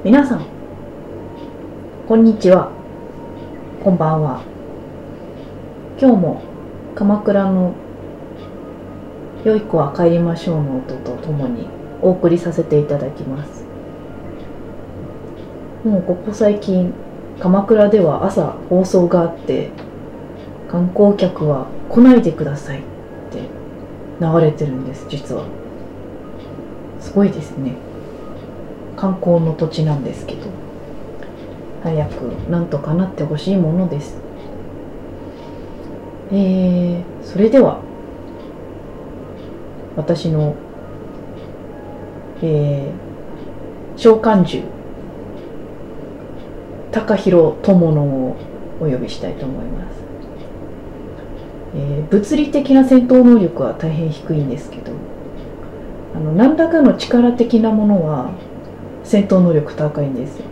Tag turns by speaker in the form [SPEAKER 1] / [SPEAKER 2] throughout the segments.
[SPEAKER 1] 皆さん、こんにちは。こんばんは。今日も鎌倉の良い子は帰りましょうの音とともにお送りさせていただきます。もうここ最近、鎌倉では朝放送があって、観光客は来ないでくださいって流れてるんです、実は。すごいですね。観光の土地なんですけど、早くなんとかなってほしいものです。それでは私の、召喚獣高弘友野をお呼びしたいと思います。物理的な戦闘能力は大変低いんですけど、何らかの力的なものは戦闘能力高いんですよ。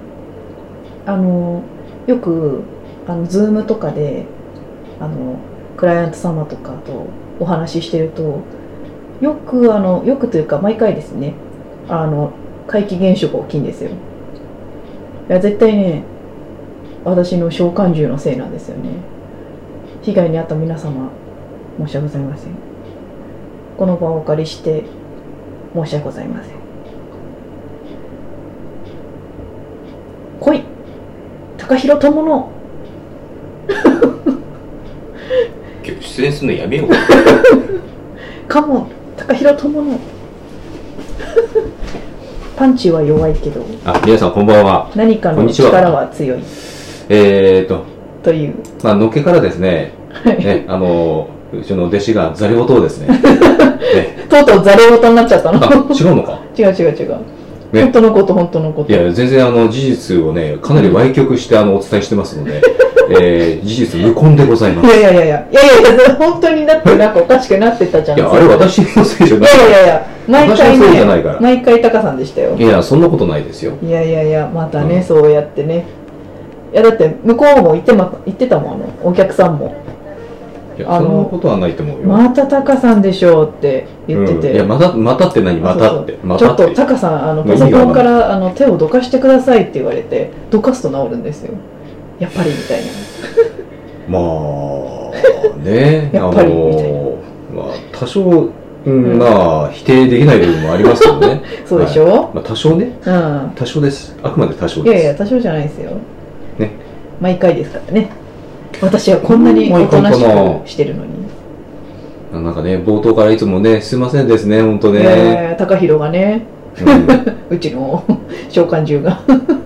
[SPEAKER 1] よくズームとかでクライアント様とかとお話ししてると、よくというか毎回ですね、怪奇現象が起きるんですよ。いや絶対ね、私の召喚獣のせいなんですよね。被害に遭った皆様、申し訳ございません。この場をお借りして申し訳ございません。来い、高弘友野。
[SPEAKER 2] 今日出演するのやめよう
[SPEAKER 1] カモン、高弘友野。パンチは弱いけど、
[SPEAKER 2] 皆さんこんばんは。
[SPEAKER 1] 何かの力は強いという、
[SPEAKER 2] のっけからですね、うちの弟子がザレ事をですね
[SPEAKER 1] とうとうザレ事になっちゃったの。
[SPEAKER 2] 違うのか。
[SPEAKER 1] 違う、ね、本当のこと。
[SPEAKER 2] いや全然事実をねかなり歪曲してお伝えしてますので、事実無根でございます。
[SPEAKER 1] いや本当にだってなんかおかしくなってたじゃん。
[SPEAKER 2] いやあれ私のせいじゃない。
[SPEAKER 1] いや毎回ね、
[SPEAKER 2] じゃないから
[SPEAKER 1] 毎回タカさんでしたよ。
[SPEAKER 2] いやそんなことないですよ。
[SPEAKER 1] いやまたね、そうやってね。いやだって向こうも言ってたもん、お客さんも。
[SPEAKER 2] いやそんなことはないと思うよ。
[SPEAKER 1] またタカさんでしょうって言ってて、
[SPEAKER 2] いやまたって何、またって、
[SPEAKER 1] ちょっとタカさんパソコンから手をどかしてくださいって言われて、どかすと治るんですよ、やっぱりみたいな。
[SPEAKER 2] まあね
[SPEAKER 1] やっぱりみたいな、
[SPEAKER 2] 多少否定できない部分もありますけどね。
[SPEAKER 1] そうでしょ、
[SPEAKER 2] 多少ね、多少です。あくまで多少です。
[SPEAKER 1] いや多少じゃないですよ
[SPEAKER 2] ね、
[SPEAKER 1] 毎回ですからね。私はこんなにおとなしくしてるのに。
[SPEAKER 2] なんかね、冒頭からいつもね、すいませんですね、本当ね。
[SPEAKER 1] 高弘がね、うちの召喚獣が。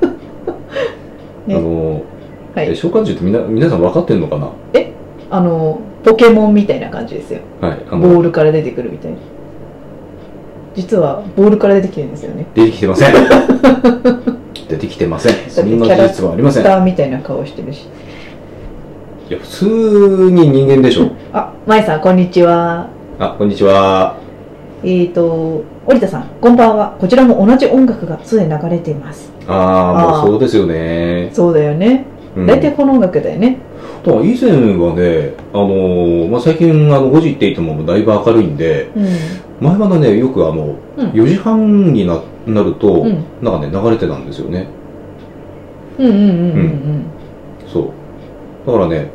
[SPEAKER 2] 召喚獣って皆さん分かってんのかな。
[SPEAKER 1] ポケモンみたいな感じですよ。ボールから出てくるみたいな。実はボールから出てきてるんですよね。
[SPEAKER 2] 出てきてません。出てきてません。そんな事実はありません。
[SPEAKER 1] キャラクターみたいな顔してるし。
[SPEAKER 2] いや普通に人間でしょ。
[SPEAKER 1] まいさんこんにちは。
[SPEAKER 2] こんにちは。
[SPEAKER 1] 織田さんこんばんは。こちらも同じ音楽がすでに流れています。
[SPEAKER 2] もうそうですよね。
[SPEAKER 1] そうだよね。大体この音楽だよね。
[SPEAKER 2] 以前はね、最近5時って言ってもだいぶ明るいんで、前はねよく4時半になるとなんかね流れてたんですよね。そう。だからね、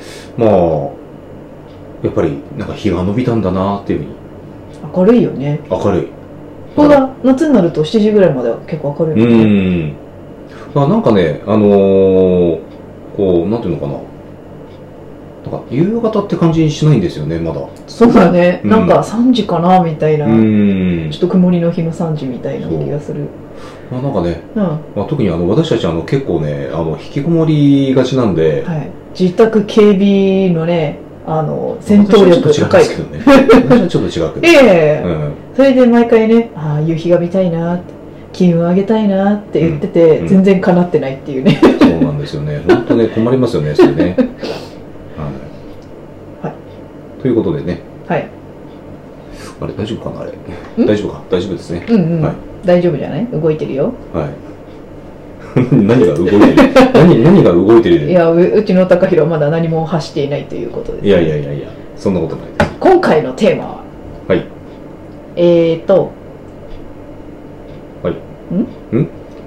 [SPEAKER 2] やっぱりなんか日が伸びたんだなっていうふうに。
[SPEAKER 1] 明るいよね。
[SPEAKER 2] 明るい。
[SPEAKER 1] そうだ、夏になると7時ぐらいまでは結構明るいよね。
[SPEAKER 2] なんかね、なんていうのかな。なんか夕方って感じにしないんですよね、まだ。
[SPEAKER 1] そうだね。なんか3時かなみたいな。ちょっと曇りの日の3時みたいな気がする。
[SPEAKER 2] なんかね、特に私たち結構ね、引きこもりがちなんで、
[SPEAKER 1] 自宅警備のね、戦闘力高い。
[SPEAKER 2] 私はちょっと違うけど。
[SPEAKER 1] それで毎回ね、夕日が見たいなって、金運上げたいなって言ってて、全然叶ってないっていうね。
[SPEAKER 2] そうなんですよね。本当ね、困りますよね、それね。ということでね。あれ、大丈夫かな、あれ。大丈夫か、大丈夫ですね。
[SPEAKER 1] 大丈夫じゃない？動いてるよ。
[SPEAKER 2] 何が動いてる何が動いてる。
[SPEAKER 1] いや、うちの高弘はまだ何も発していないということです。
[SPEAKER 2] いやそんなことないです。
[SPEAKER 1] 今回のテーマは、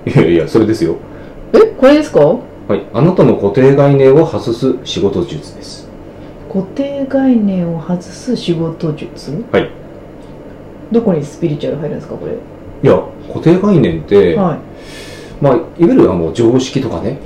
[SPEAKER 2] いやいや、それですよ。
[SPEAKER 1] これですか？
[SPEAKER 2] はい。あなたの固定概念を外す仕事術です。
[SPEAKER 1] 固定概念を外す仕事術？
[SPEAKER 2] はい。
[SPEAKER 1] どこにスピリチュアル入るんですか、これ。
[SPEAKER 2] いや、固定概念って、はい、まあ、いわゆる常識とかね。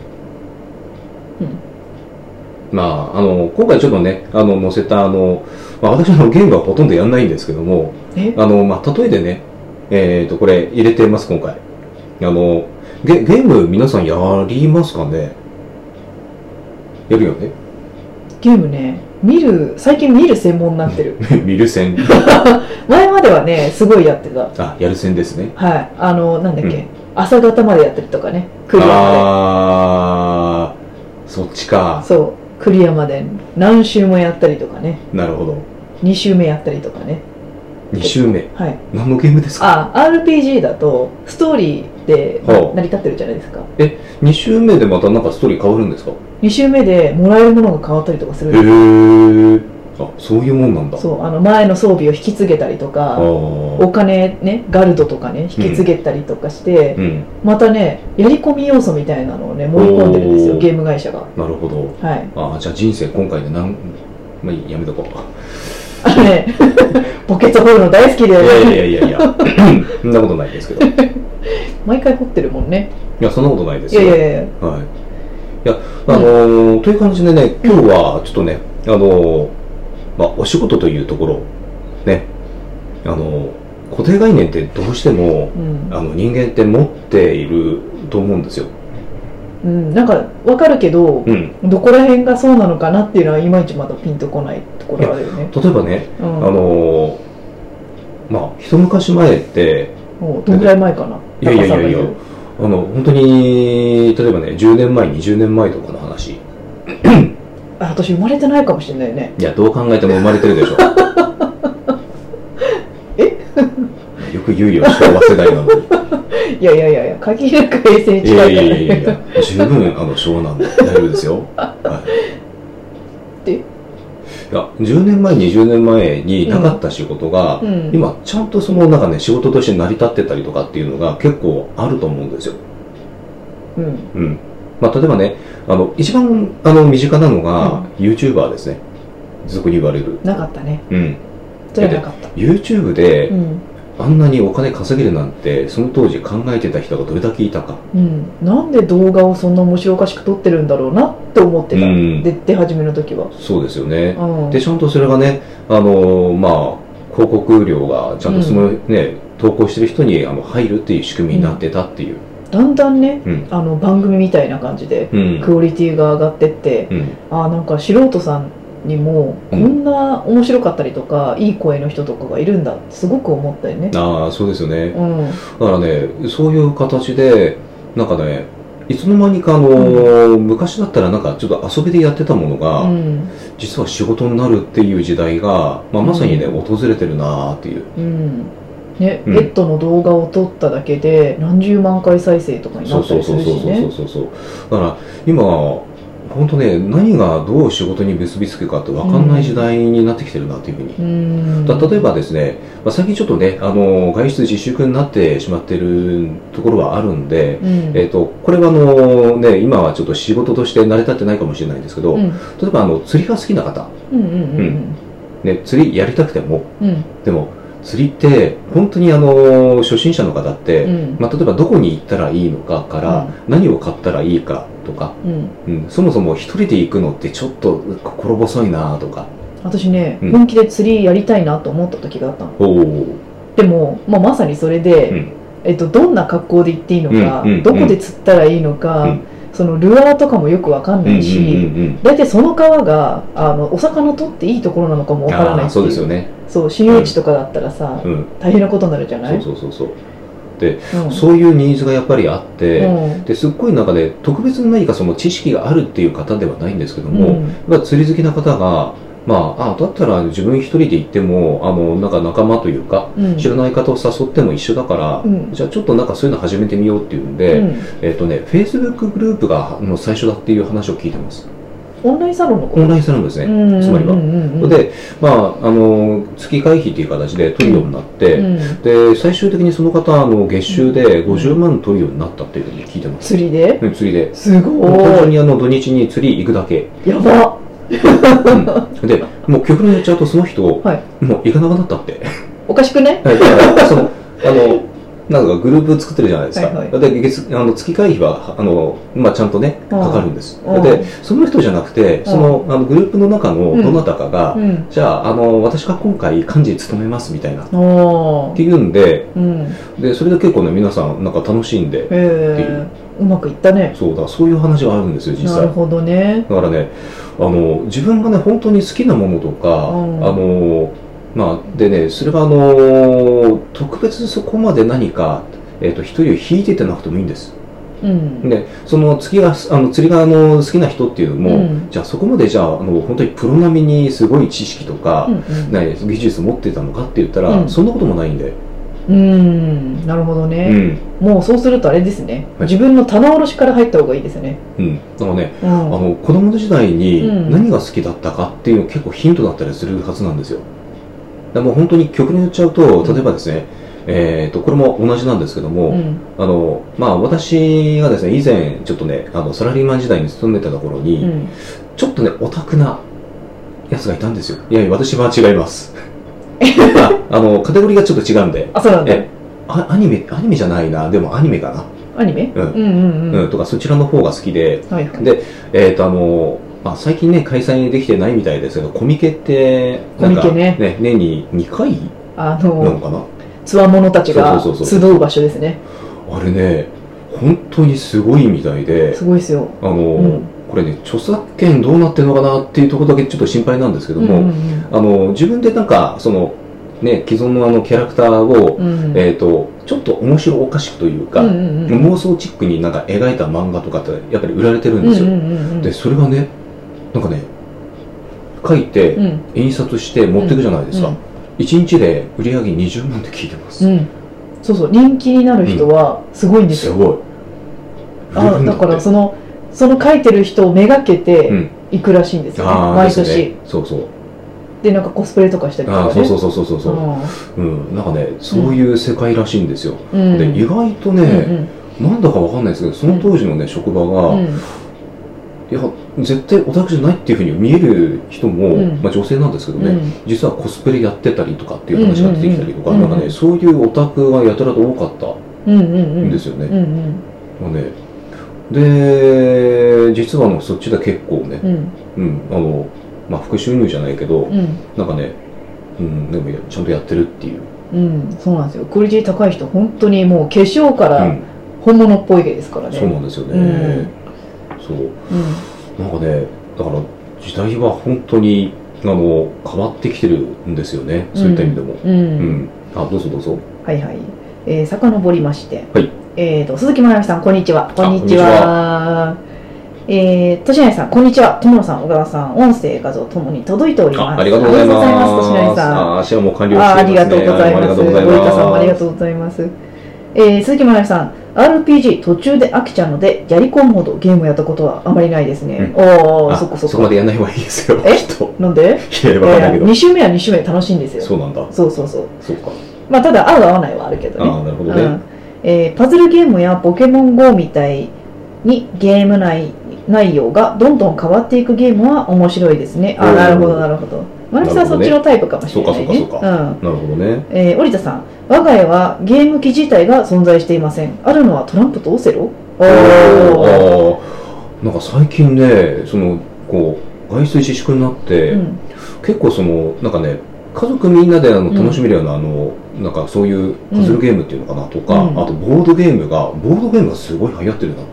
[SPEAKER 2] まあ、今回ちょっとね、載せた、私のゲームはほとんどやんないんですけども、まあ、例えでね、これ入れてます、今回。ゲーム皆さんやりますかね？やるよね？
[SPEAKER 1] ゲームね、最近見る専門になってる。
[SPEAKER 2] 見る専
[SPEAKER 1] 前まではね、すごいやってた。
[SPEAKER 2] あ、やる専ですね。
[SPEAKER 1] はい。なんだっけ、朝方までやってるとかね、クリアまで。
[SPEAKER 2] あー、そっちか。
[SPEAKER 1] そう。クリアまで何周もやったりとかね。
[SPEAKER 2] なるほど。
[SPEAKER 1] 2周目やったりとかね。
[SPEAKER 2] 2周目？
[SPEAKER 1] はい。
[SPEAKER 2] 何のゲームですか？
[SPEAKER 1] RPG だとストーリーで成り立ってるじゃないですか。
[SPEAKER 2] 2周目でまたなんかストーリー変わるんですか
[SPEAKER 1] ？2周目でもらえるものが変わったりとかするんです
[SPEAKER 2] よ。あ、そういうもんなんだ。
[SPEAKER 1] そう、前の装備を引き継げたりとか、お金ね、ガルドとかね、引き継げたりとかして、またね、やり込み要素みたいなのをね、盛り込んでるんですよ、ゲーム会社が。
[SPEAKER 2] なるほど。
[SPEAKER 1] はい。
[SPEAKER 2] じゃあ人生今回でまあやめとこう。
[SPEAKER 1] ポケット掘るの大好きで。
[SPEAKER 2] いやそんなことないですけど。
[SPEAKER 1] 毎回掘ってるもんね。
[SPEAKER 2] いや、そんなことないですよ。
[SPEAKER 1] いや。
[SPEAKER 2] はい。いや、という感じでね、今日はちょっとね、まあ、お仕事というところ、ね、固定概念ってどうしても、人間って持っていると思うんですよ。
[SPEAKER 1] なんか分かるけど、どこら辺がそうなのかなっていうのはいまいちまだピンとこないところあるよね。
[SPEAKER 2] 例えばね、まあ一昔前って
[SPEAKER 1] どのぐらい前かな。
[SPEAKER 2] いや本当に例えばね10年前20年前とかの話。
[SPEAKER 1] 私生まれてないかもしれないね。
[SPEAKER 2] いや、どう考えても生まれてるでしょ。よく言うよ、昭和世代なのに。
[SPEAKER 1] いや限りなく平成に近いから。
[SPEAKER 2] いや十分昭和なんで大丈夫ですよ。いや、10年前20年前になかった仕事が、今ちゃんとなんかね、仕事として成り立ってたりとかっていうのが結構あると思うんですよ。まあ、例えばね、一番身近なのが、YouTuber ですね。俗に言われる。
[SPEAKER 1] なかったね。それはなかった。
[SPEAKER 2] YouTube で、あんなにお金稼げるなんて、その当時考えてた人がどれだけいたか。
[SPEAKER 1] なんで動画をそんな面白おかしく撮ってるんだろうなって思ってた。出始めの時は。
[SPEAKER 2] そうですよね。で、ちゃんとそれがね、まあ、広告料がちゃんと投稿してる人に入るっていう仕組みになってたっていう。
[SPEAKER 1] だんだんね、番組みたいな感じでクオリティが上がってって、なんか素人さんにもこんな面白かったりとか、いい声の人とかがいるんだってすごく思ったよね。
[SPEAKER 2] そうですよね。だからね、そういう形でなんかね、いつの間にか昔だったらなんかちょっと遊びでやってたものが、実は仕事になるっていう時代が、まさにね、訪れてるなーっていう。
[SPEAKER 1] ね、ペットの動画を撮っただけで何十万回再生とかになったりするしね。
[SPEAKER 2] だから今本当ね、何がどう仕事に結びつくかって分かんない時代になってきてるなっていうふうに。例えばですね、最近ちょっとね、外出自粛になってしまっているところはあるんで、これはね、今はちょっと仕事として成り立ってないかもしれないんですけど、例えば釣りが好きな方、ね、釣りやりたくても、でも釣りって本当に初心者の方って、例えばどこに行ったらいいのかから、何を買ったらいいかとか、そもそも一人で行くのってちょっと心細いなとか。
[SPEAKER 1] 私ね、本気で釣りやりたいなと思った時があったの。でも、まさにそれで、どんな格好で行っていいのか、どこで釣ったらいいのか、そのルアーとかもよくわかんないし、大体その川がお魚取っていいところなのかもわからないっていう。
[SPEAKER 2] そうですよね。
[SPEAKER 1] そう、私有地とかだったらさ、大変なことになるじゃない。
[SPEAKER 2] で、そういうニーズがやっぱりあって、ですっごい中で特別に何かその知識があるっていう方ではないんですけども、釣り好きな方がだったら自分一人で行ってもなんか仲間というか、知らない方を誘っても一緒だから、じゃあちょっとなんかそういうの始めてみようっていうんで、Facebook グループが最初だっていう話を聞いてます。
[SPEAKER 1] オンラインサロンのこと？
[SPEAKER 2] オンラインサロンですね、つまりは。で、月会費という形で取るようになって、で最終的にその方月収で50万取るようになったっていうふうに聞いてます。
[SPEAKER 1] 釣りで？
[SPEAKER 2] 釣りで。
[SPEAKER 1] すごい。
[SPEAKER 2] 単純に土日に釣り行くだけ。
[SPEAKER 1] やば
[SPEAKER 2] で、もう極論言っちゃうとその人、もう行かなくなったって。
[SPEAKER 1] おかしくね？
[SPEAKER 2] だからなんかグループ作ってるじゃないですか。で月会費はちゃんとねかかるんです。でその人じゃなくてそのグループの中のどなたかが、じゃあ私が今回幹事務めますみたいなっていうんで、でそれで結構ね皆さんなんか楽しんでっていう。
[SPEAKER 1] うまくいったね。
[SPEAKER 2] そういう話があるんですよ実際。
[SPEAKER 1] なるほどね。
[SPEAKER 2] だからね自分がね本当に好きなものとかでね、それが特別そこまで何か、一人を引いててなくてもいいんです。でその釣りが好きな人っていうのも、じゃあそこまでじゃあ本当にプロ並みにすごい知識とか、技術持ってたのかって言ったら、そんなこともないんで。
[SPEAKER 1] なるほどね、もうそうするとあれですね、自分の棚卸しから入った方がいいですね。
[SPEAKER 2] だからね、子供の時代に何が好きだったかっていうの結構ヒントだったりするはずなんですよ。でも本当に極論言っちゃうと、例えばですね、これも同じなんですけども、私がですね以前ちょっとねサラリーマン時代に勤めてた頃に、ちょっとねオタクなやつがいたんですよ。いや私は違いますカテゴリーがちょっと違うんで。
[SPEAKER 1] そうなんだ。
[SPEAKER 2] アニメじゃないな、でもアニメかな。
[SPEAKER 1] アニメ
[SPEAKER 2] とかそちらの方が好きで、で最近ね開催できてないみたいですけど、コミケってなんかね年に2回なのかな。
[SPEAKER 1] つわものたちが集う場所ですね。
[SPEAKER 2] あれね本当にすごいみたいで。
[SPEAKER 1] すごいですよ。
[SPEAKER 2] これね著作権どうなってるのかなっていうところだけちょっと心配なんですけども、自分でなんかそのね既存のキャラクターを、ちょっと面白おかしくというか、妄想チックになんか描いた漫画とかってやっぱり売られてるんですよ。でそれがねなんかね書いて印刷して持っていくじゃないですか。1日で売り上げ20万って聞いてます。
[SPEAKER 1] そう人気になる人はすごいんですよ。
[SPEAKER 2] すごい。
[SPEAKER 1] だからその書いてる人をめがけて行くらしいんですよね、毎年。
[SPEAKER 2] そう
[SPEAKER 1] でなんかコスプレとかしたりとかね。
[SPEAKER 2] なんかねそういう世界らしいんですよ。で意外とねなんだかわかんないですけど、その当時のね職場がいや絶対オタクじゃないっていうふうに見える人も、女性なんですけどね、実はコスプレやってたりとかっていう話が出てきたりとか、なんかねそういうオタクがやたらと多かったんですよね。で実はそっちで結構ね、副収入じゃないけど、なんかね、でもちゃんとやってるっていう。
[SPEAKER 1] そうなんですよ。クオリティ高い人本当にもう化粧から本物っぽい芸ですからね。
[SPEAKER 2] そうなんですよね。なんかねだから時代は本当に変わってきてるんですよね、そういった意味でも。どうぞどうぞ。
[SPEAKER 1] 遡りまして、鈴木まなみさんこんにちは。こんにちは。としなりさんこんにちは。友野さん小川さん音声画像ともに届いております。
[SPEAKER 2] ありがとうございます。
[SPEAKER 1] としなりさん
[SPEAKER 2] シェアも完了してますね。
[SPEAKER 1] ありがとうございます。ごいかさんもありがとうございます。鈴木まなみさん RPG 途中で飽きちゃうのでギャリコンモードゲームやったことはあまりないですね。
[SPEAKER 2] そこまでやんない方がいいですよ。
[SPEAKER 1] なんで？2週目は2週目楽しいんですよ。
[SPEAKER 2] そうなんだ。
[SPEAKER 1] そうか。ただ合う合わないはあるけどね。
[SPEAKER 2] なるほどね。
[SPEAKER 1] パズルゲームやポケモン GO みたいにゲーム内容がどんどん変わっていくゲームは面白いですね。なるほどなるほど。まなみさんそっちのタイプかもしれないね。
[SPEAKER 2] そうか。なるほどね。
[SPEAKER 1] 織田さん我が家はゲーム機自体が存在していません。あるのはトランプとオセロ。
[SPEAKER 2] なんか最近ね外出自粛になって、結構なんかね家族みんなで楽しめるようななんかそういうパズルゲームっていうのかなとか、あとボードゲームがすごい流行ってるなって。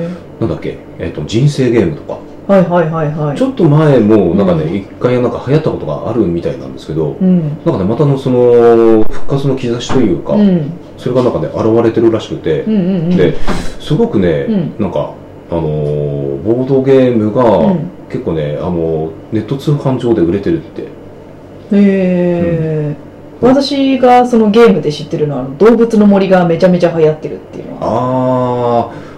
[SPEAKER 2] なんだっけ人生ゲームとか。ちょっと前もなんかね一回なんか流行ったことがあるみたいなんですけど、なんかねまた復活の兆しというか、それがなんかね現れてるらしくて、ですごくねなんかボードゲームが結構ねネット通販上で売れてるって。
[SPEAKER 1] 私がそのゲームで知ってるのは動物の森がめちゃめちゃ流行ってるっていうのは。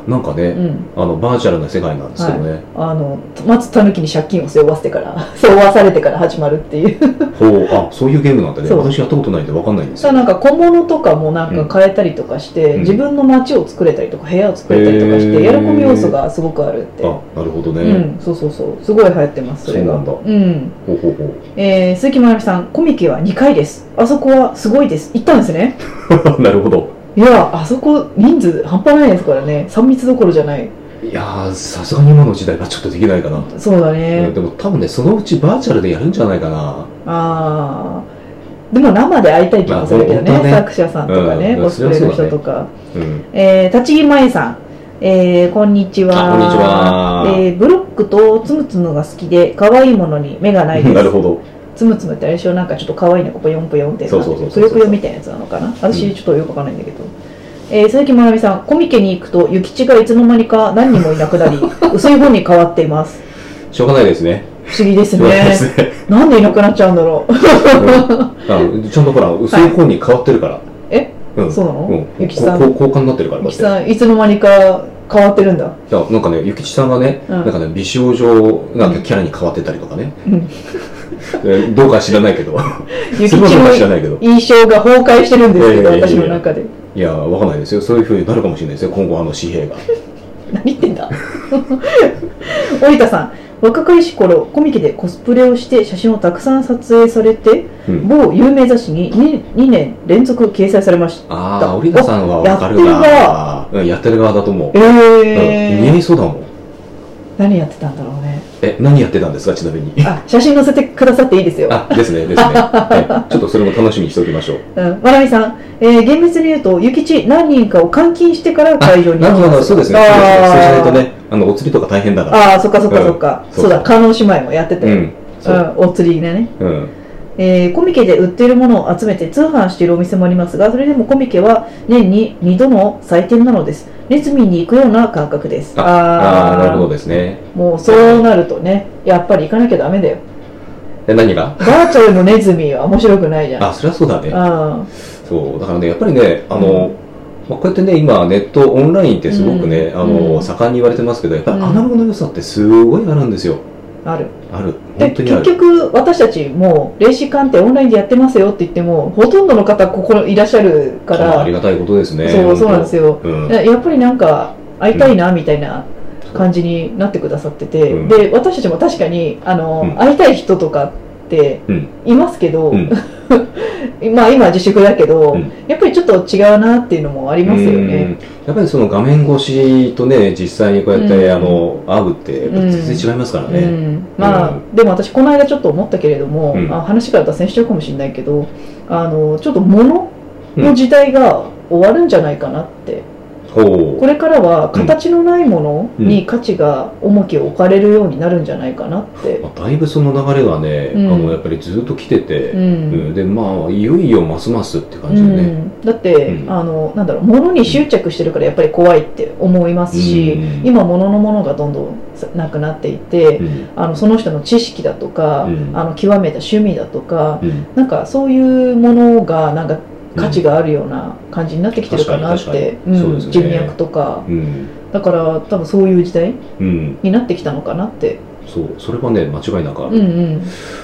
[SPEAKER 2] なんかね、バーチャルな世界なんですけどね、
[SPEAKER 1] 松たぬきに借金を背負わせてから背負わされてから始まるっていう
[SPEAKER 2] そういうゲームなんだね。私やったことないんで分かんないんですよ。
[SPEAKER 1] なんか小物とかもなんか変えたりとかして、自分の街を作れたりとか部屋を作れたりとかして喜び要素がすごくあるって。
[SPEAKER 2] なるほどね。
[SPEAKER 1] そうすごい流行ってます。それが
[SPEAKER 2] そうなんだ。
[SPEAKER 1] 鈴木まなみさん、コミケは2回です。あそこはすごいです。行ったんですね。
[SPEAKER 2] なるほど。
[SPEAKER 1] いや、あそこ人数半端ないですからね。3密どころじゃない。
[SPEAKER 2] いやー、さすがに今の時代はちょっとできないかな。
[SPEAKER 1] そうだね。
[SPEAKER 2] でも多分ね、そのうちバーチャルでやるんじゃないかな。
[SPEAKER 1] でも生で会いたい気もするけどね、作者さんとかね、コスプレの人とか。立木まえさん、こんにちは。
[SPEAKER 2] こんにちは。
[SPEAKER 1] ブロックとつむつむが好きで、可愛いものに目がないです。
[SPEAKER 2] なるほど。
[SPEAKER 1] つむつむってあれでしょ、なんかちょっと可愛いのがぽよんぽよんってぷよぷよみたいなやつなのかな。私ちょっとよくわかんないんだけど。鈴木まなみさん、コミケに行くと諭吉がいつの間にか何人もいなくなり薄い本に変わっています。
[SPEAKER 2] しょうがないですね。
[SPEAKER 1] 不思議ですね。なんでいなくなっちゃうんだろう。
[SPEAKER 2] ちゃんとほら薄い本に変わってるから。
[SPEAKER 1] そうなの？
[SPEAKER 2] 諭吉さん交換になってるから。
[SPEAKER 1] 諭吉さんいつの間にか変わってるんだ。
[SPEAKER 2] いや、なんかね、諭吉さんがね、なんかね、美少女なんかキャラに変わってたりとかね。どうか知らないけど。
[SPEAKER 1] 諭吉の印象が崩壊してるんですけど、私の中で。
[SPEAKER 2] いや、わかんないですよ。そういう風になるかもしれないですよ、今後紙幣が。
[SPEAKER 1] 何言ってんだ。織田さん、若かりし頃コミケでコスプレをして写真をたくさん撮影されて、某有名雑誌に 2年連続掲載されました。
[SPEAKER 2] 織田さんは分かるな。やってる側だと思う。似合いそうだもん。
[SPEAKER 1] 何やってたんだろうね。
[SPEAKER 2] 何やってたんですか、ちなみに。
[SPEAKER 1] 写真載せてくださっていいですよ。
[SPEAKER 2] ですね。ちょっとそれも楽しみにしておきましょう。
[SPEAKER 1] まなみさん、厳密に言うと諭吉何人かを監禁してから会場に行きます。
[SPEAKER 2] なるほど、そうですね。そうしないとね、お釣りとか大変だから。
[SPEAKER 1] そっか。そうだ、叶姉妹もやってたよ。お釣りね。コミケで売っているものを集めて通販しているお店もありますが、それでもコミケは年に2度の祭典なのです。ネズミに行くような感覚です。
[SPEAKER 2] なるほどですね。
[SPEAKER 1] もうそうなるとね、やっぱり行かなきゃダメだよ。
[SPEAKER 2] 何が？
[SPEAKER 1] バーチャルのネズミは面白くないじゃん。
[SPEAKER 2] そりゃそうだね。そうだからね、やっぱりね、こうやってね、今ネットオンラインってすごくね、盛んに言われてますけど、やっぱりアナログの良さってすごいあるんですよ。
[SPEAKER 1] ある。
[SPEAKER 2] 本当にある。
[SPEAKER 1] 結局私たちも霊視鑑定オンラインでやってますよって言っても、ほとんどの方ここいらっしゃるから。
[SPEAKER 2] ありがたいことですね。
[SPEAKER 1] そうなんですよ。やっぱりなんか会いたいなみたいな感じになってくださってて、で私たちも確かに会いたい人とかっていますけど、今自粛だけど、やっぱりちょっと違うなっていうのもありますよね。
[SPEAKER 2] やっぱりその画面越しとね、実際にこうやって会うって全然違いますからね。
[SPEAKER 1] でも私この間ちょっと思ったけれども、話から脱線しちゃうかもしれないけど、ちょっと物の時代が終わるんじゃないかなって。これからは形のないものに価値が重きを置かれるようになるんじゃないかなって。
[SPEAKER 2] だいぶその流れはね、やっぱりずっと来てて、でいよいよますますって感じでね。
[SPEAKER 1] だってなんだろう、物に執着してるからやっぱり怖いって思いますし、今物のものがどんどんなくなっていて、その人の知識だとか極めた趣味だとか、なんかそういうものがなんか価値があるような感じになってきてるかなって、人脈とか、だから多分そういう時代になってきたのかなって。
[SPEAKER 2] それはね間違いなくある。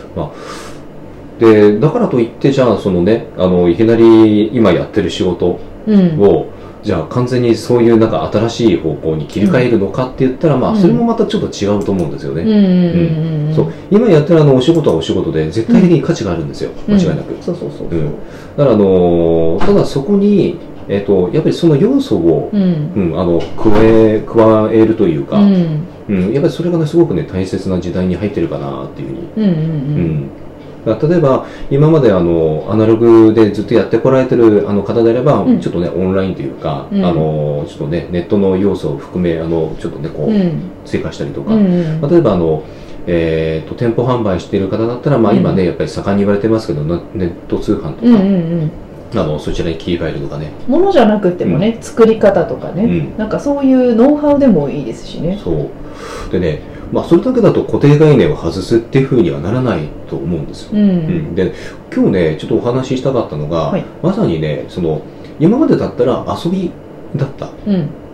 [SPEAKER 2] でだからといってじゃあそのねいきなり今やってる仕事をじゃあ完全にそういうなんか新しい方向に切り替えるのかって言ったら、それもまたちょっと違うと思うんですよね。今やってるお仕事はお仕事で絶対的に価値があるんですよ、間違いなく。だからただそこにやっぱりその要素を加えるというか、やっぱりそれがねすごくね大切な時代に入ってるかなっていうふうに。例えば今までアナログでずっとやってこられてる方であれば、ちょっとねオンラインというか、ちょっとねネットの要素を含めちょっとねこう追加したりとか、例えば店舗販売している方だったら、今ねやっぱり盛んに言われてますけどネット通販とか、そちらに切り替えるとかね。
[SPEAKER 1] ものじゃなくてもね、作り方とかね、なんかそういうノウハウでもいいですしね。
[SPEAKER 2] でね、それだけだと固定概念を外すっていうふうにはならないと思うんですよ。で今日ねちょっとお話ししたかったのが、まさにねその今までだったら遊びだった、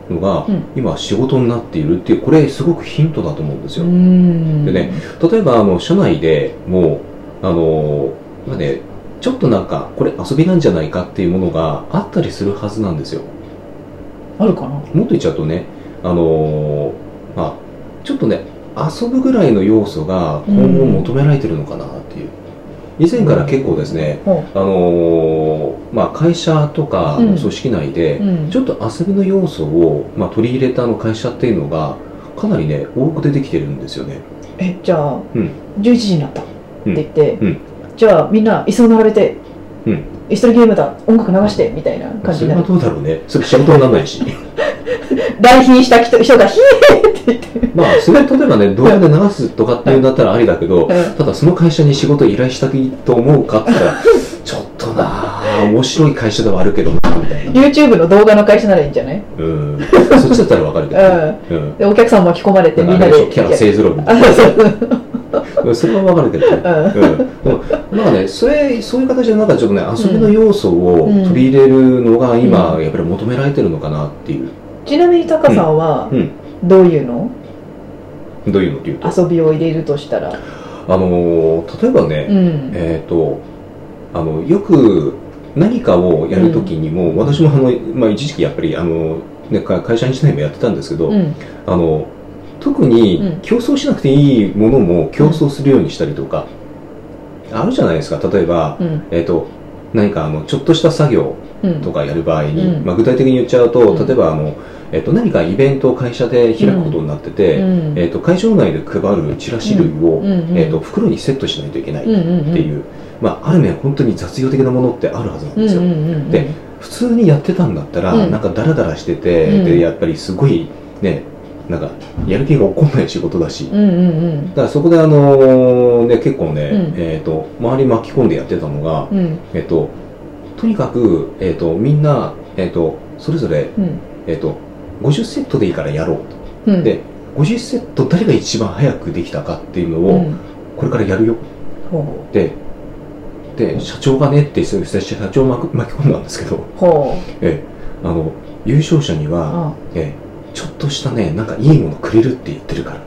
[SPEAKER 2] のが、今仕事になっているっていう、これすごくヒントだと思うんですよ。でね、例えば社内でもまあね、ちょっとなんかこれ遊びなんじゃないかっていうものがあったりするはずなんですよ。
[SPEAKER 1] あるかな。
[SPEAKER 2] もっと言っちゃうとね、まあちょっとね、遊ぶぐらいの要素が今後求められてるのかなっていう。以前から結構ですね、まあ、会社とかの組織内でちょっと遊びの要素を、まあ、取り入れた会社っていうのがかなりね多く出てきてるんですよね。
[SPEAKER 1] じゃあ、11時になったって言って、じゃあみんな椅子を並べて、椅子取りゲームだ、音楽流してみたいな感じになる。
[SPEAKER 2] それはどうだろうね。それ仕事にならないし
[SPEAKER 1] 来賓した人がヒエーって言って、
[SPEAKER 2] まあそれ例えばね動画で流すとかっていうんだったらありだけど、ただその会社に仕事依頼したいと思うかって言ったらちょっとな面白い会社ではあるけどなみたいな。
[SPEAKER 1] YouTube の動画の会社ならいいんじゃない？
[SPEAKER 2] そっちだったら分かるけど、
[SPEAKER 1] でお客さん巻き込まれてみんなで
[SPEAKER 2] キャラ勢ぞろいみたいなそれは分かるけどね、なんかねそういう形でなんかちょっとね遊びの要素を取り入れるのが今やっぱり求められてるのかなっていう。
[SPEAKER 1] ちなみにタカさんはどういうの？
[SPEAKER 2] どういうのっていうと、
[SPEAKER 1] 遊びを入れるとしたら、
[SPEAKER 2] 例えばね、よく何かをやるときにも、私もまあ、一時期やっぱりね、会社にしないもやってたんですけど、特に競争しなくていいものも競争するようにしたりとか、あるじゃないですか。例えば、何かちょっとした作業とかやる場合に、まあ、具体的に言っちゃうと、例えば何かイベントを会社で開くことになってて、会場内で配るチラシ類を、袋にセットしないといけないっていう、まあ、ある面本当に雑用的なものってあるはずなんですよ。で普通にやってたんだったら、なんかダラダラしてて、でやっぱりすごいね、なんかやる気が起こんない仕事だし、だからそこでね、結構ね、周り巻き込んでやってたのが、とにかく、みんな、それぞれ、50セットでいいからやろうと、で50セット誰が一番早くできたかっていうのを、これからやるよ、で社長がねって社長を巻き込んだんですけど、優勝者には、ちょっとしたね、なんかいいものくれるって言ってるから。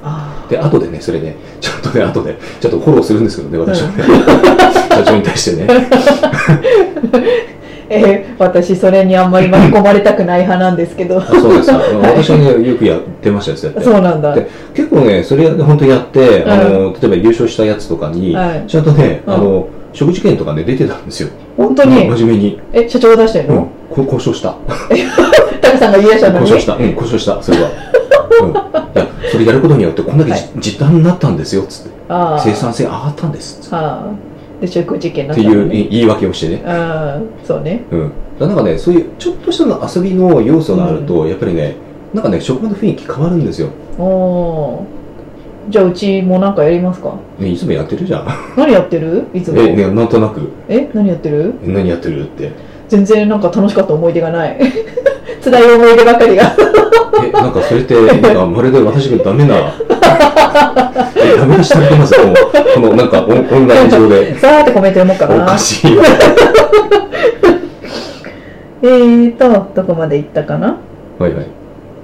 [SPEAKER 2] で、後でね、それね、ちょっとフォローするんですけどね、私はね。社長に対してね。
[SPEAKER 1] 私、それにあんまり巻き込まれたくない派なんですけど。
[SPEAKER 2] そうですか。私はね、よくやってましたよ、
[SPEAKER 1] そうなんだ。
[SPEAKER 2] で、結構ね、それ本当やって、例えば優勝したやつとかに、ちゃんとね、食事券とかね、出てたんですよ。
[SPEAKER 1] 本当に？
[SPEAKER 2] 真面目に。
[SPEAKER 1] 社長が出してんの？
[SPEAKER 2] 交渉した。
[SPEAKER 1] タカさんが言い出したのに？
[SPEAKER 2] 交渉した、それは。いや、それやることによってこんだけ時短になったんですよ、つって。生産性上がったんです、つって。
[SPEAKER 1] で、食事券
[SPEAKER 2] っていう言い訳をしてね。
[SPEAKER 1] そうね。
[SPEAKER 2] なんかね、そういうちょっとした遊びの要素があると、やっぱりね、なんかね、職場の雰囲気変わるんですよ。
[SPEAKER 1] じゃあうちもなんかやりますか？
[SPEAKER 2] いつもやってるじゃん。
[SPEAKER 1] 何やってる？いつも。
[SPEAKER 2] なんとなく。
[SPEAKER 1] 何やってる？
[SPEAKER 2] 何やってるって。
[SPEAKER 1] 全然なんか楽しかった思い出がない。辛い思い出ばかりが。
[SPEAKER 2] なんかそれってまるで私がダメなダメ出しされてますよ。このなんかオンライン上で。
[SPEAKER 1] さーってコメント読もうかな。
[SPEAKER 2] おかしい。
[SPEAKER 1] どこまで行ったかな？
[SPEAKER 2] はいはい。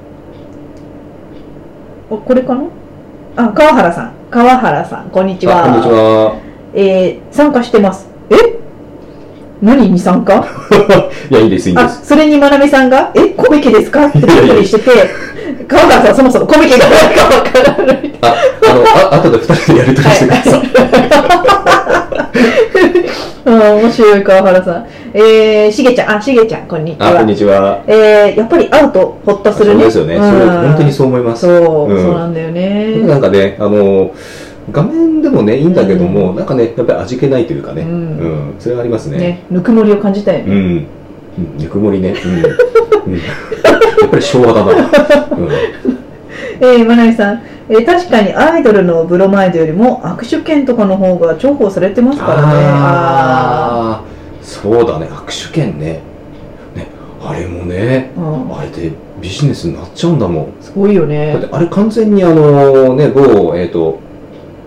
[SPEAKER 1] これかな？川原さん、こんにちは。
[SPEAKER 2] こんにちは。
[SPEAKER 1] 参加してます。何に参加？
[SPEAKER 2] いや、いいです、いいです。
[SPEAKER 1] それにまなみさんが、コミケですかってびっくりしてて、川原さんそもそもコミケが何かわからない。
[SPEAKER 2] 後で2人でやり取りしてください。
[SPEAKER 1] 面白い川原さん。しげちゃん、こんにちは。
[SPEAKER 2] こんにちは。
[SPEAKER 1] やっぱり会うとほっとするね。
[SPEAKER 2] そうですよね。本当にそう思います。
[SPEAKER 1] そうなんだよね。
[SPEAKER 2] なんかね、画面でもねいいんだけども、なんかねやっぱり味気ないというかね、それはありますね。
[SPEAKER 1] ぬくもりを感じたよね。
[SPEAKER 2] ぬくもりね。やっぱり昭和だな。
[SPEAKER 1] まなみさん、確かにアイドルのブロマイドよりも握手券とかの方が重宝されてますからね。
[SPEAKER 2] そうだね、握手券ね。あれもね、あれでビジネスになっちゃうんだもん。
[SPEAKER 1] すごいよね。
[SPEAKER 2] だってあれ完全に某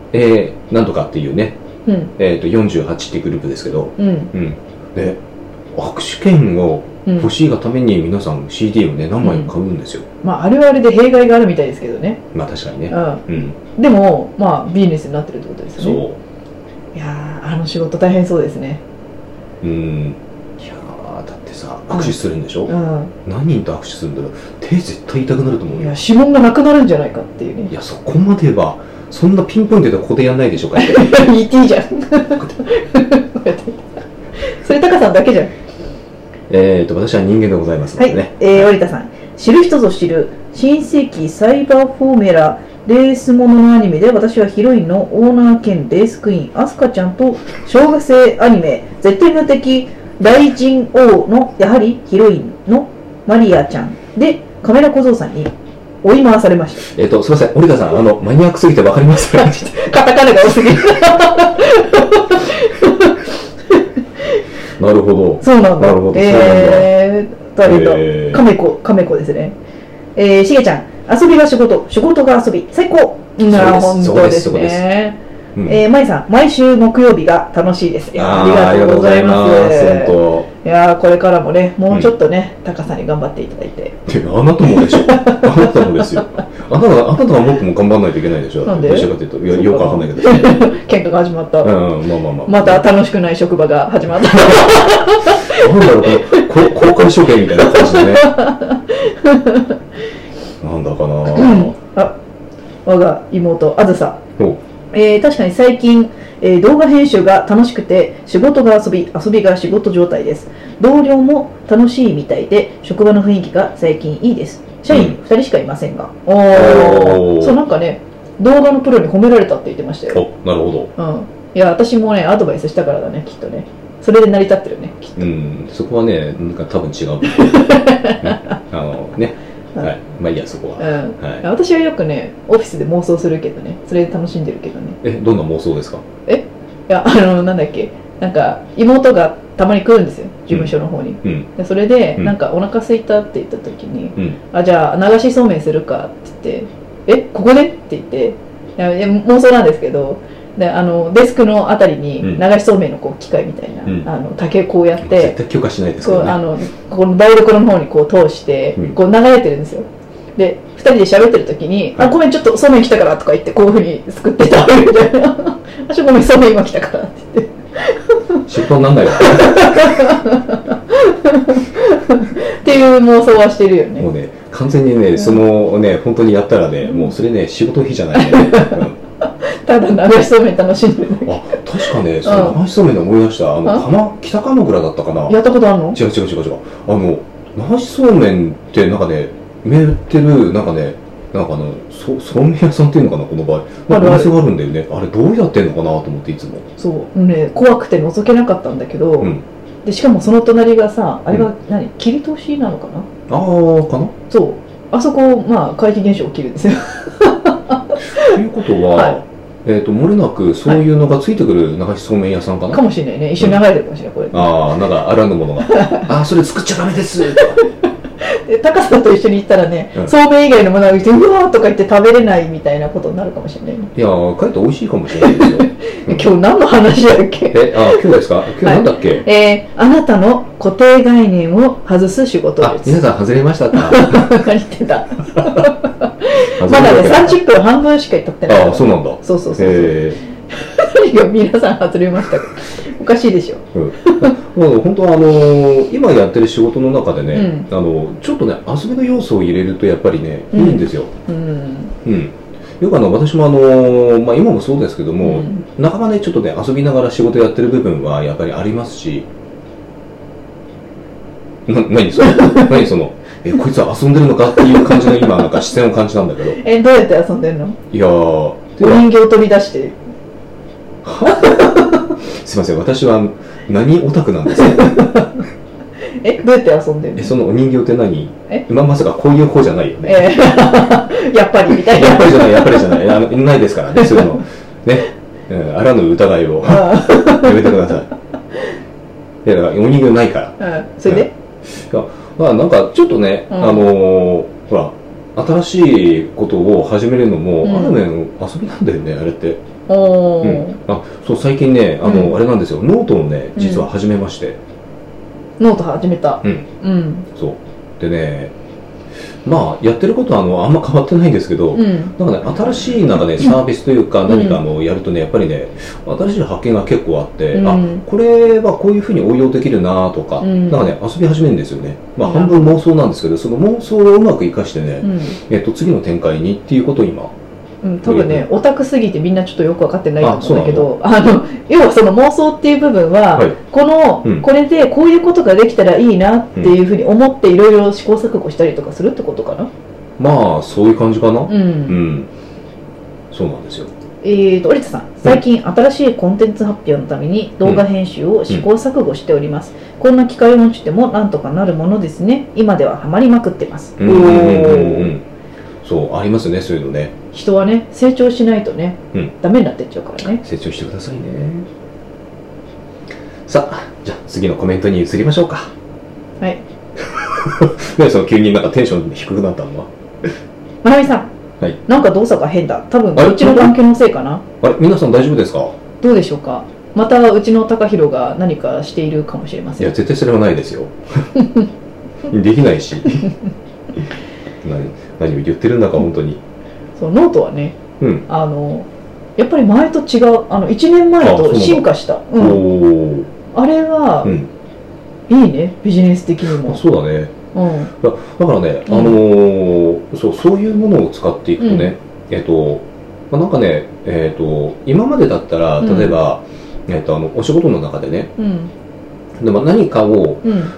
[SPEAKER 2] なんとかっていうね、48っていうグループですけど、で握手券を欲しいがために皆さん CD をね何枚も買うんですよ。
[SPEAKER 1] まああれはあれで弊害があるみたいですけどね。
[SPEAKER 2] まあ確かにね。
[SPEAKER 1] でもまあビジネスになってるってことですよね。
[SPEAKER 2] そう。
[SPEAKER 1] いやあの仕事大変そうですね。
[SPEAKER 2] いやだってさ握手するんでしょ。何人と握手するんだろう。手絶対痛くなると思うよ。
[SPEAKER 1] いや指紋がなくなるんじゃないかっていうね。
[SPEAKER 2] いやそこまではそんなピンポイントでここでやんないでしょうか。
[SPEAKER 1] ET じゃん。それタカさんだけじゃん。
[SPEAKER 2] 私は人間でございますのでね。
[SPEAKER 1] はい、織田さん、知る人ぞ知る新世紀サイバーフォーメラレースもののアニメで、私はヒロインのオーナー兼レースクイーンアスカちゃんと小学生アニメ絶対無敵大臣王のやはりヒロインのマリアちゃんでカメラ小僧さんに追い回されました。
[SPEAKER 2] すみません、織田さん、マニアックすぎてわかりますか？
[SPEAKER 1] カタカナが多すぎる。
[SPEAKER 2] なるほど。
[SPEAKER 1] そうなんだ。
[SPEAKER 2] なるほど。
[SPEAKER 1] カメコですね。しげちゃん、遊びが仕事、仕事が遊び、最高。本当ですね。まいさん、毎週木曜日が楽しいです。ありがとうございます。いやこれからもね、もうちょっとね、タカさんに頑張っていただいて。
[SPEAKER 2] あなたもでしょ。あなたもですよ。あなたがもっとも頑張らないといけないでしょ。
[SPEAKER 1] なんで？
[SPEAKER 2] どうしてかというと、よくわかんないけど。
[SPEAKER 1] 喧嘩が始まった。
[SPEAKER 2] まあ。
[SPEAKER 1] また楽しくない職場が始まった。
[SPEAKER 2] なんだろう、公開処刑みたいな感じでね。なんだかな。
[SPEAKER 1] 我が妹、あずさ。確かに最近、動画編集が楽しくて仕事が遊び、遊びが仕事状態です。同僚も楽しいみたいで職場の雰囲気が最近いいです。社員2人しかいませんが、そうなんかね、動画のプロに褒められたって言ってましたよ。
[SPEAKER 2] なるほど。
[SPEAKER 1] いや私もねアドバイスしたからだね、きっとね。それで成り立ってるね、きっと。そ
[SPEAKER 2] こはねなんか多分違う。ね。はい、まあいいや、そこは。
[SPEAKER 1] 私はよくねオフィスで妄想するけどね、それで楽しんでるけどね。
[SPEAKER 2] どんな妄想ですか？
[SPEAKER 1] いやなんだっけ、なんか妹がたまに来るんですよ、事務所の方に。でそれでなんかお腹空いたって言った時に、じゃあ流しそうめんするかって言って、ここでって言って、いや妄想なんですけど、でデスクのあたりに流しそうめんのこう機械みたいな、竹こうやって
[SPEAKER 2] 絶対許可しないですけどね、
[SPEAKER 1] この台所の方にこう通してこう流れてるんですよ。で2人で喋ってる時に「ごめんちょっとそうめん来たから」とか言ってこういうふうにすくって食べるみたいな「私ごめんそうめん今来たから」って言って
[SPEAKER 2] 仕事になんないわ
[SPEAKER 1] っていう妄想はしてるよね。
[SPEAKER 2] もうね完全にねそのね本当にやったらねもうそれね仕事費じゃないね。
[SPEAKER 1] ただ流しそうめん楽しんでる。
[SPEAKER 2] 確かね、その流しそうめんで思い出した。北鎌倉だったかな。
[SPEAKER 1] やったことあるの？
[SPEAKER 2] 違う。流しそうめんってなんかね、売ってるなんかね、そうめん屋さんっていうのかな、この場合。なんかお店があるんだよね。あれどうやってんのかなと思っていつも。
[SPEAKER 1] そうね、怖くて覗けなかったんだけど、でしかもその隣がさ、あれが切り通しなのかな？
[SPEAKER 2] かな？
[SPEAKER 1] そう。あそこ怪奇現象起きるんですよ。
[SPEAKER 2] ということは。漏れなくそういうのがついてくる流しそうめん屋さんかな、
[SPEAKER 1] かもしれないね。一緒に流れてるかもしれない、これ。
[SPEAKER 2] なんかあらぬものがそれ作っちゃダメですとか
[SPEAKER 1] で高さんと一緒に行ったらね、そうめん以外のものが来てうわーとか言って食べれないみたいなことになるかもしれない、ね、
[SPEAKER 2] いやかえって美味しいかもしれないですよ。
[SPEAKER 1] 今日何の話だっけ？
[SPEAKER 2] 今日ですか？今日何だっけ？
[SPEAKER 1] あなたの固定概念を外す仕事です。
[SPEAKER 2] 皆さん外れましたか？
[SPEAKER 1] 何言ってた。まだね30分半分しか経ってない。
[SPEAKER 2] そうなんだ。
[SPEAKER 1] そう。皆さん外れましたか？おかしいでしょ。
[SPEAKER 2] 本当は今やってる仕事の中でね、ちょっとね遊びの要素を入れるとやっぱりねいいんですよ。よく私も今もそうですけども、仲間ねちょっとね遊びながら仕事やってる部分はやっぱりありますし。何そのこいつは遊んでるのかっていう感じの今なんか視線を感じたんだけど。
[SPEAKER 1] どうやって遊んでんの？
[SPEAKER 2] いやお
[SPEAKER 1] 人形を取り出して。
[SPEAKER 2] すいません、私は何オタクなんですか？
[SPEAKER 1] どうやって遊んでんの？
[SPEAKER 2] そのお人形って何？まさかこういう方じゃないよね。
[SPEAKER 1] やっぱりみたいな。
[SPEAKER 2] やっぱりじゃないないですからね、そういうのね、あらぬ疑いをやめてください。だからお人形ないから。
[SPEAKER 1] それで？
[SPEAKER 2] なんかちょっとね、ほら新しいことを始めるのも、ある面遊びなんだよね、あれって。そう最近ねあれなんですよ、ノートをね実は始めまして。
[SPEAKER 1] ノート始めた。
[SPEAKER 2] そうでね、まあやってることはあんま変わってないんですけど、なんかね、新しいなんかねサービスというか何かやるとね、やっぱりね、新しい発見が結構あって、あ、これはこういうふうに応用できるなとか、なんかね遊び始めるんですよね。まあ半分妄想なんですけど、その妄想をうまく生かしてね、次の展開にっていうことを今。
[SPEAKER 1] 多分ね、オタクすぎてみんなちょっとよく分かってないと思うんだけど、要はその妄想っていう部分は、これでこういうことができたらいいなっていうふうに思っていろいろ試行錯誤したりとかするってことかな。
[SPEAKER 2] まあそういう感じかな。そうなんですよ。
[SPEAKER 1] 織田さん、最近新しいコンテンツ発表のために動画編集を試行錯誤しております。こんな機会を持ちてもなんとかなるものですね。今ではハマりまくってます。
[SPEAKER 2] そうありますね、そういうのね。
[SPEAKER 1] 人はね、成長しないとね、ダメになってっちゃうからね。
[SPEAKER 2] 成長してくださいね。さあ、じゃあ次のコメントに移りましょうか。
[SPEAKER 1] はい。
[SPEAKER 2] ね、その急になんかテンション低くなったのは。
[SPEAKER 1] まなみさん、はい、なんか動作が変だ。多分うちの環境のせいかな。
[SPEAKER 2] あれ、皆さん大丈夫ですか？
[SPEAKER 1] どうでしょうか。またうちの高弘が何かしているかもしれません。
[SPEAKER 2] いや、絶対それはないですよ。できないし。何を言ってるんだか本当に。
[SPEAKER 1] そうノートはね、やっぱり前と違う、1年前と進化した。あれは、いいね、ビジネス的にも。
[SPEAKER 2] そうだね。だからね、そういうものを使っていくとね、なんかね、今までだったら例えば、お仕事の中でね、でも何かを、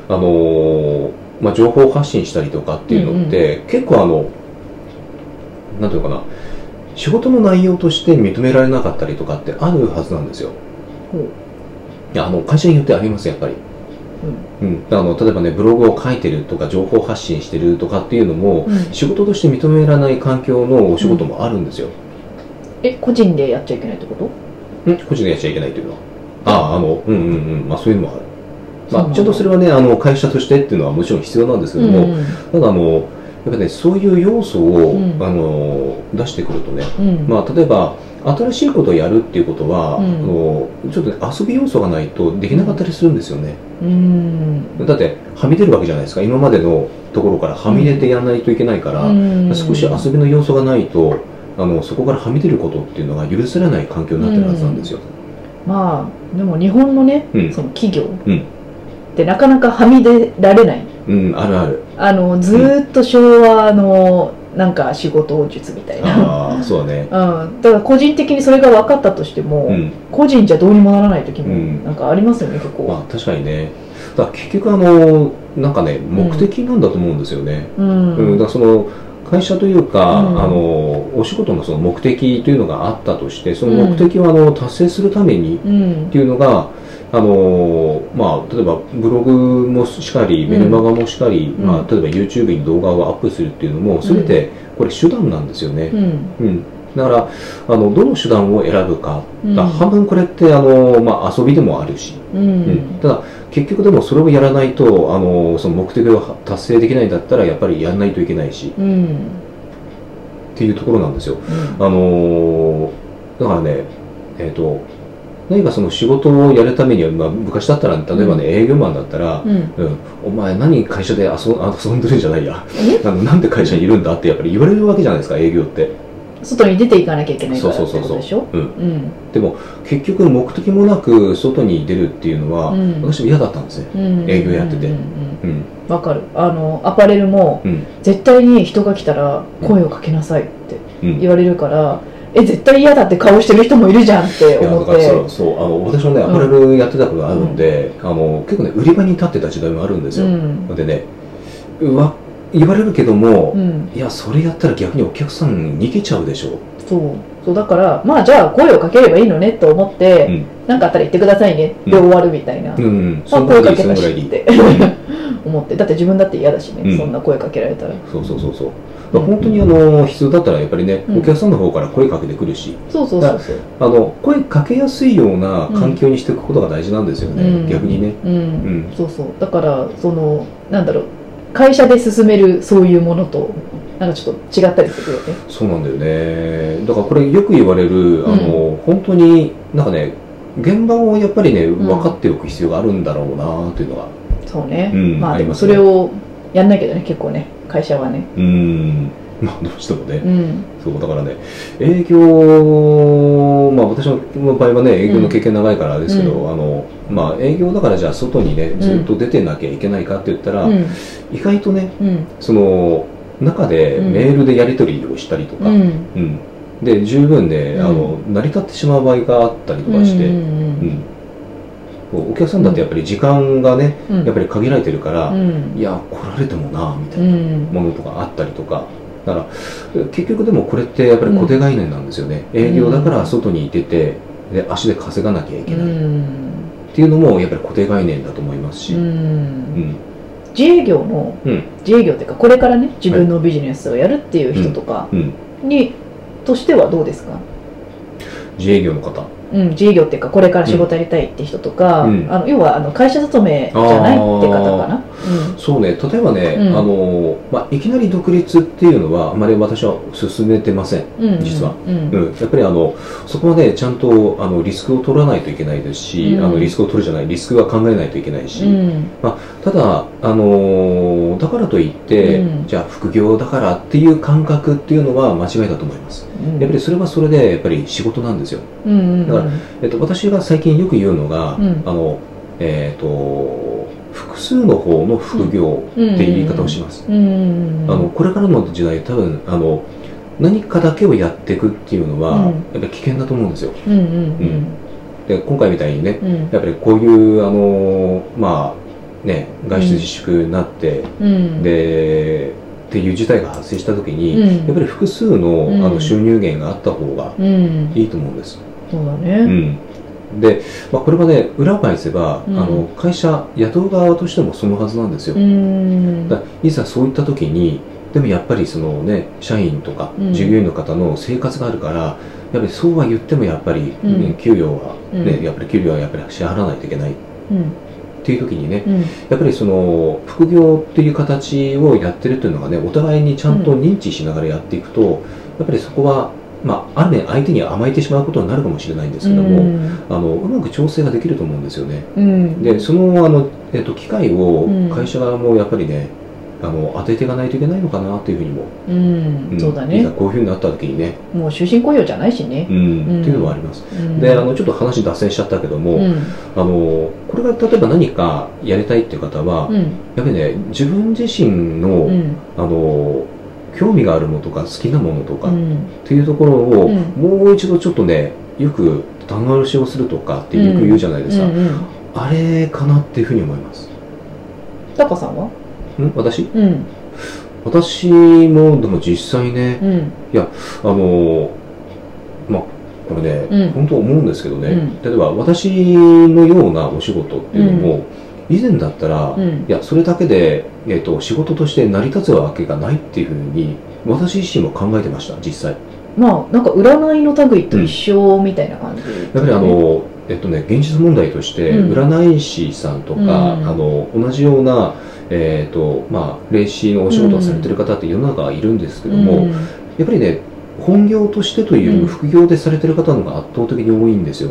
[SPEAKER 2] 情報発信したりとかっていうのって、結構なんていうのかな、仕事の内容として認められなかったりとかってあるはずなんですよ。いや、会社によってあります、やっぱり。例えばね、ブログを書いてるとか情報発信してるとかっていうのも、仕事として認められない環境のお仕事もあるんですよ。
[SPEAKER 1] 個人でやっちゃいけないってこと？
[SPEAKER 2] 個人でやっちゃいけないというのは、まあそういうのもある。まあちゃんとそれはね、会社としてっていうのはもちろん必要なんですけども、ただやっぱね、そういう要素を、出してくるとね、まあ例えば新しいことをやるっていうことは、ちょっとね、遊び要素がないとできなかったりするんですよね。だってはみ出るわけじゃないですか。今までのところからはみ出てやらないといけないから、少し遊びの要素がないとそこからはみ出ることっていうのが許されない環境になってるはずなんですよ。ま
[SPEAKER 1] あでも日本のね、その企業ってなかなかはみ出られない。
[SPEAKER 2] あるあ
[SPEAKER 1] る。ずーっと昭和のなんか仕事術みたいな。
[SPEAKER 2] そうだね。
[SPEAKER 1] だから個人的にそれが分かったとしても、個人じゃどうにもならない時もなんかありますよね、結構。
[SPEAKER 2] まあ確かにね。だから結局なんかね、目的なんだと思うんですよね。だからその会社というか、お仕事のその目的というのがあったとして、その目的を達成するためにっていうのが、まあ、例えばブログもしかりメルマガもしかり、まあ、例えば YouTube に動画をアップするっていうのも全てこれ手段なんですよね。だからどの手段を選ぶか、半分これってまあ、遊びでもあるし、ただ結局でもそれをやらないとその目的を達成できないんだったらやっぱりやらないといけないし、っていうところなんですよ。だからね、何かその仕事をやるためには、まあ、昔だったら例えばね、営業マンだったら、お前何会社で遊んでるんじゃないやなんで会社にいるんだってやっぱり言われるわけじゃないですか、営業って。
[SPEAKER 1] 外に出ていかなきゃいけないからってことでしょ。
[SPEAKER 2] でも結局目的もなく外に出るっていうのは、私も嫌だったんですね、営業やってて。
[SPEAKER 1] わかる。アパレルも、絶対に人が来たら声をかけなさいって言われるから、絶対嫌だって顔してる人もいるじゃんって思って。
[SPEAKER 2] 私もねアパレルやってたことがあるんで、結構ね売り場に立ってた時代もあるんですよ。でね、言われるけども、いやそれやったら逆にお客さん逃げちゃうでしょ。
[SPEAKER 1] そうだからまあじゃあ声をかければいいのねと思って、何かあったら言ってくださいねで終わるみたいな。声かけたしって思って、だって自分だって嫌だしね、そんな声かけられたら。本当に必要だったらやっぱりね、お客さんの方から声かけてくるし、声かけやすいような環境にしていくことが大事なんですよね、逆にね。だからなんだろう、会社で進めるそういうものとなんかちょっと違ったりするよね。
[SPEAKER 2] そうなんだよね。だからこれよく言われる本当になんかね、現場をやっぱりね分かっておく必要があるんだろうなというのが。
[SPEAKER 1] そうね、
[SPEAKER 2] うん、
[SPEAKER 1] まあでもそれをやんないけどね、結構ね、会社はね。
[SPEAKER 2] まあどうしてもね、
[SPEAKER 1] うん、
[SPEAKER 2] そうだからね、営業、まあ私の場合はね、営業の経験長いからですけど、まあ営業だからじゃあ外にね、ずっと出てなきゃいけないかって言ったら、意外とね、その中でメールでやり取りをしたりとか、で十分で、成り立ってしまう場合があったりとかして、お客さんだってやっぱり時間がね、やっぱり限られてるから、いや来られてもなみたいなものとかあったりとか、だから結局でもこれってやっぱり固定概念なんですよね。営業だから外に出てで足で稼がなきゃいけないっていうのもやっぱり固定概念だと思いますし、
[SPEAKER 1] 自営業の、自営業っていうかこれからね自分のビジネスをやるっていう人とかにとしてはどうですか？
[SPEAKER 2] 自営業の方、
[SPEAKER 1] 自営業っていうかこれから仕事やりたいって人とか、要は会社勤めじゃないって方かな。
[SPEAKER 2] そうね、例えばね、まあ、いきなり独立っていうのはあまり私は進めてません、実は。やっぱりそこはねちゃんとリスクを取らないといけないですし、リスクを取るじゃない、リスクは考えないといけないし、まあ、ただだからといって、じゃあ副業だからっていう感覚っていうのは間違いだと思います。やっぱりそれはそれでやっぱり仕事なんですよ。だから、私が最近よく言うのが、複数の方の副業っていう言い方をします。これからの時代多分何かだけをやっていくっていうのは、やっぱり危険だと思うんですよ。で今回みたいにね、やっぱりこういうまあね外出自粛になって、でっていう事態が発生した時に、やっぱり複数の収入源があった方がいいと思うんです。
[SPEAKER 1] そうだね。
[SPEAKER 2] で、まあ、これはね裏返せば、会社雇う側としてもそのはずなんですよ。だいざそういった時にでもやっぱりそのね社員とか従業員の方の生活があるから、やっぱりそうは言ってもやっぱり、給料はね、やっぱり給料はやっぱり支払わないといけない。っていう時にね、やっぱりその副業っていう形をやってるというのがねお互いにちゃんと認知しながらやっていくと、やっぱりそこは、まあ、ある面相手に甘えてしまうことになるかもしれないんですけども、うまく調整ができると思うんですよね。でその機会を会社側もやっぱりね当てていかないといけないのかなというふうにも、
[SPEAKER 1] そうだね。
[SPEAKER 2] いざこういうふうになった時にね、
[SPEAKER 1] もう終身雇用じゃないしね、
[SPEAKER 2] っていうのはあります。でちょっと話脱線しちゃったけども、これが例えば何かやりたいっていう方は、やっぱりね自分自身の、興味があるものとか好きなものとかっていうところを、もう一度ちょっとねよく棚卸しをするとかってよく言うじゃないですか、あれかなっていうふうに思います。
[SPEAKER 1] タカさんは？
[SPEAKER 2] 私？私もでも実際ね、いやまあこれね、本当思うんですけどね、例えば私のようなお仕事っていうのも、以前だったら、いやそれだけで、仕事として成り立つわけがないっていうふうに私自身も考えてました、実際。
[SPEAKER 1] まあなんか占いの類と一緒みたいな感じ、
[SPEAKER 2] やっぱり現実問題として、占い師さんとか、同じようなまあ、霊視のお仕事をされてる方って世の中いるんですけども、やっぱりね本業としてというよりも副業でされてる方の方が圧倒的に多いんですよ。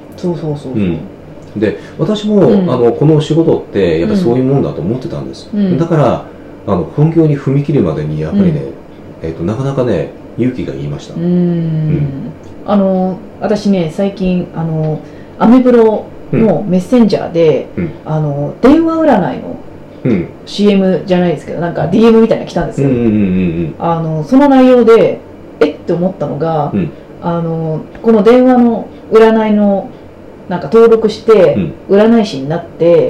[SPEAKER 2] で私も、この仕事ってやっぱりそういうもんだと思ってたんです、だから本業に踏み切るまでにやっぱりね、なかなかね勇気がいりました。
[SPEAKER 1] 私ね最近アメブロのメッセンジャーで、電話占いのCM じゃないですけどなんか DM みたいなの来たんですよ。その内容でって思ったのが、この電話の占いのなんか登録して占い師になって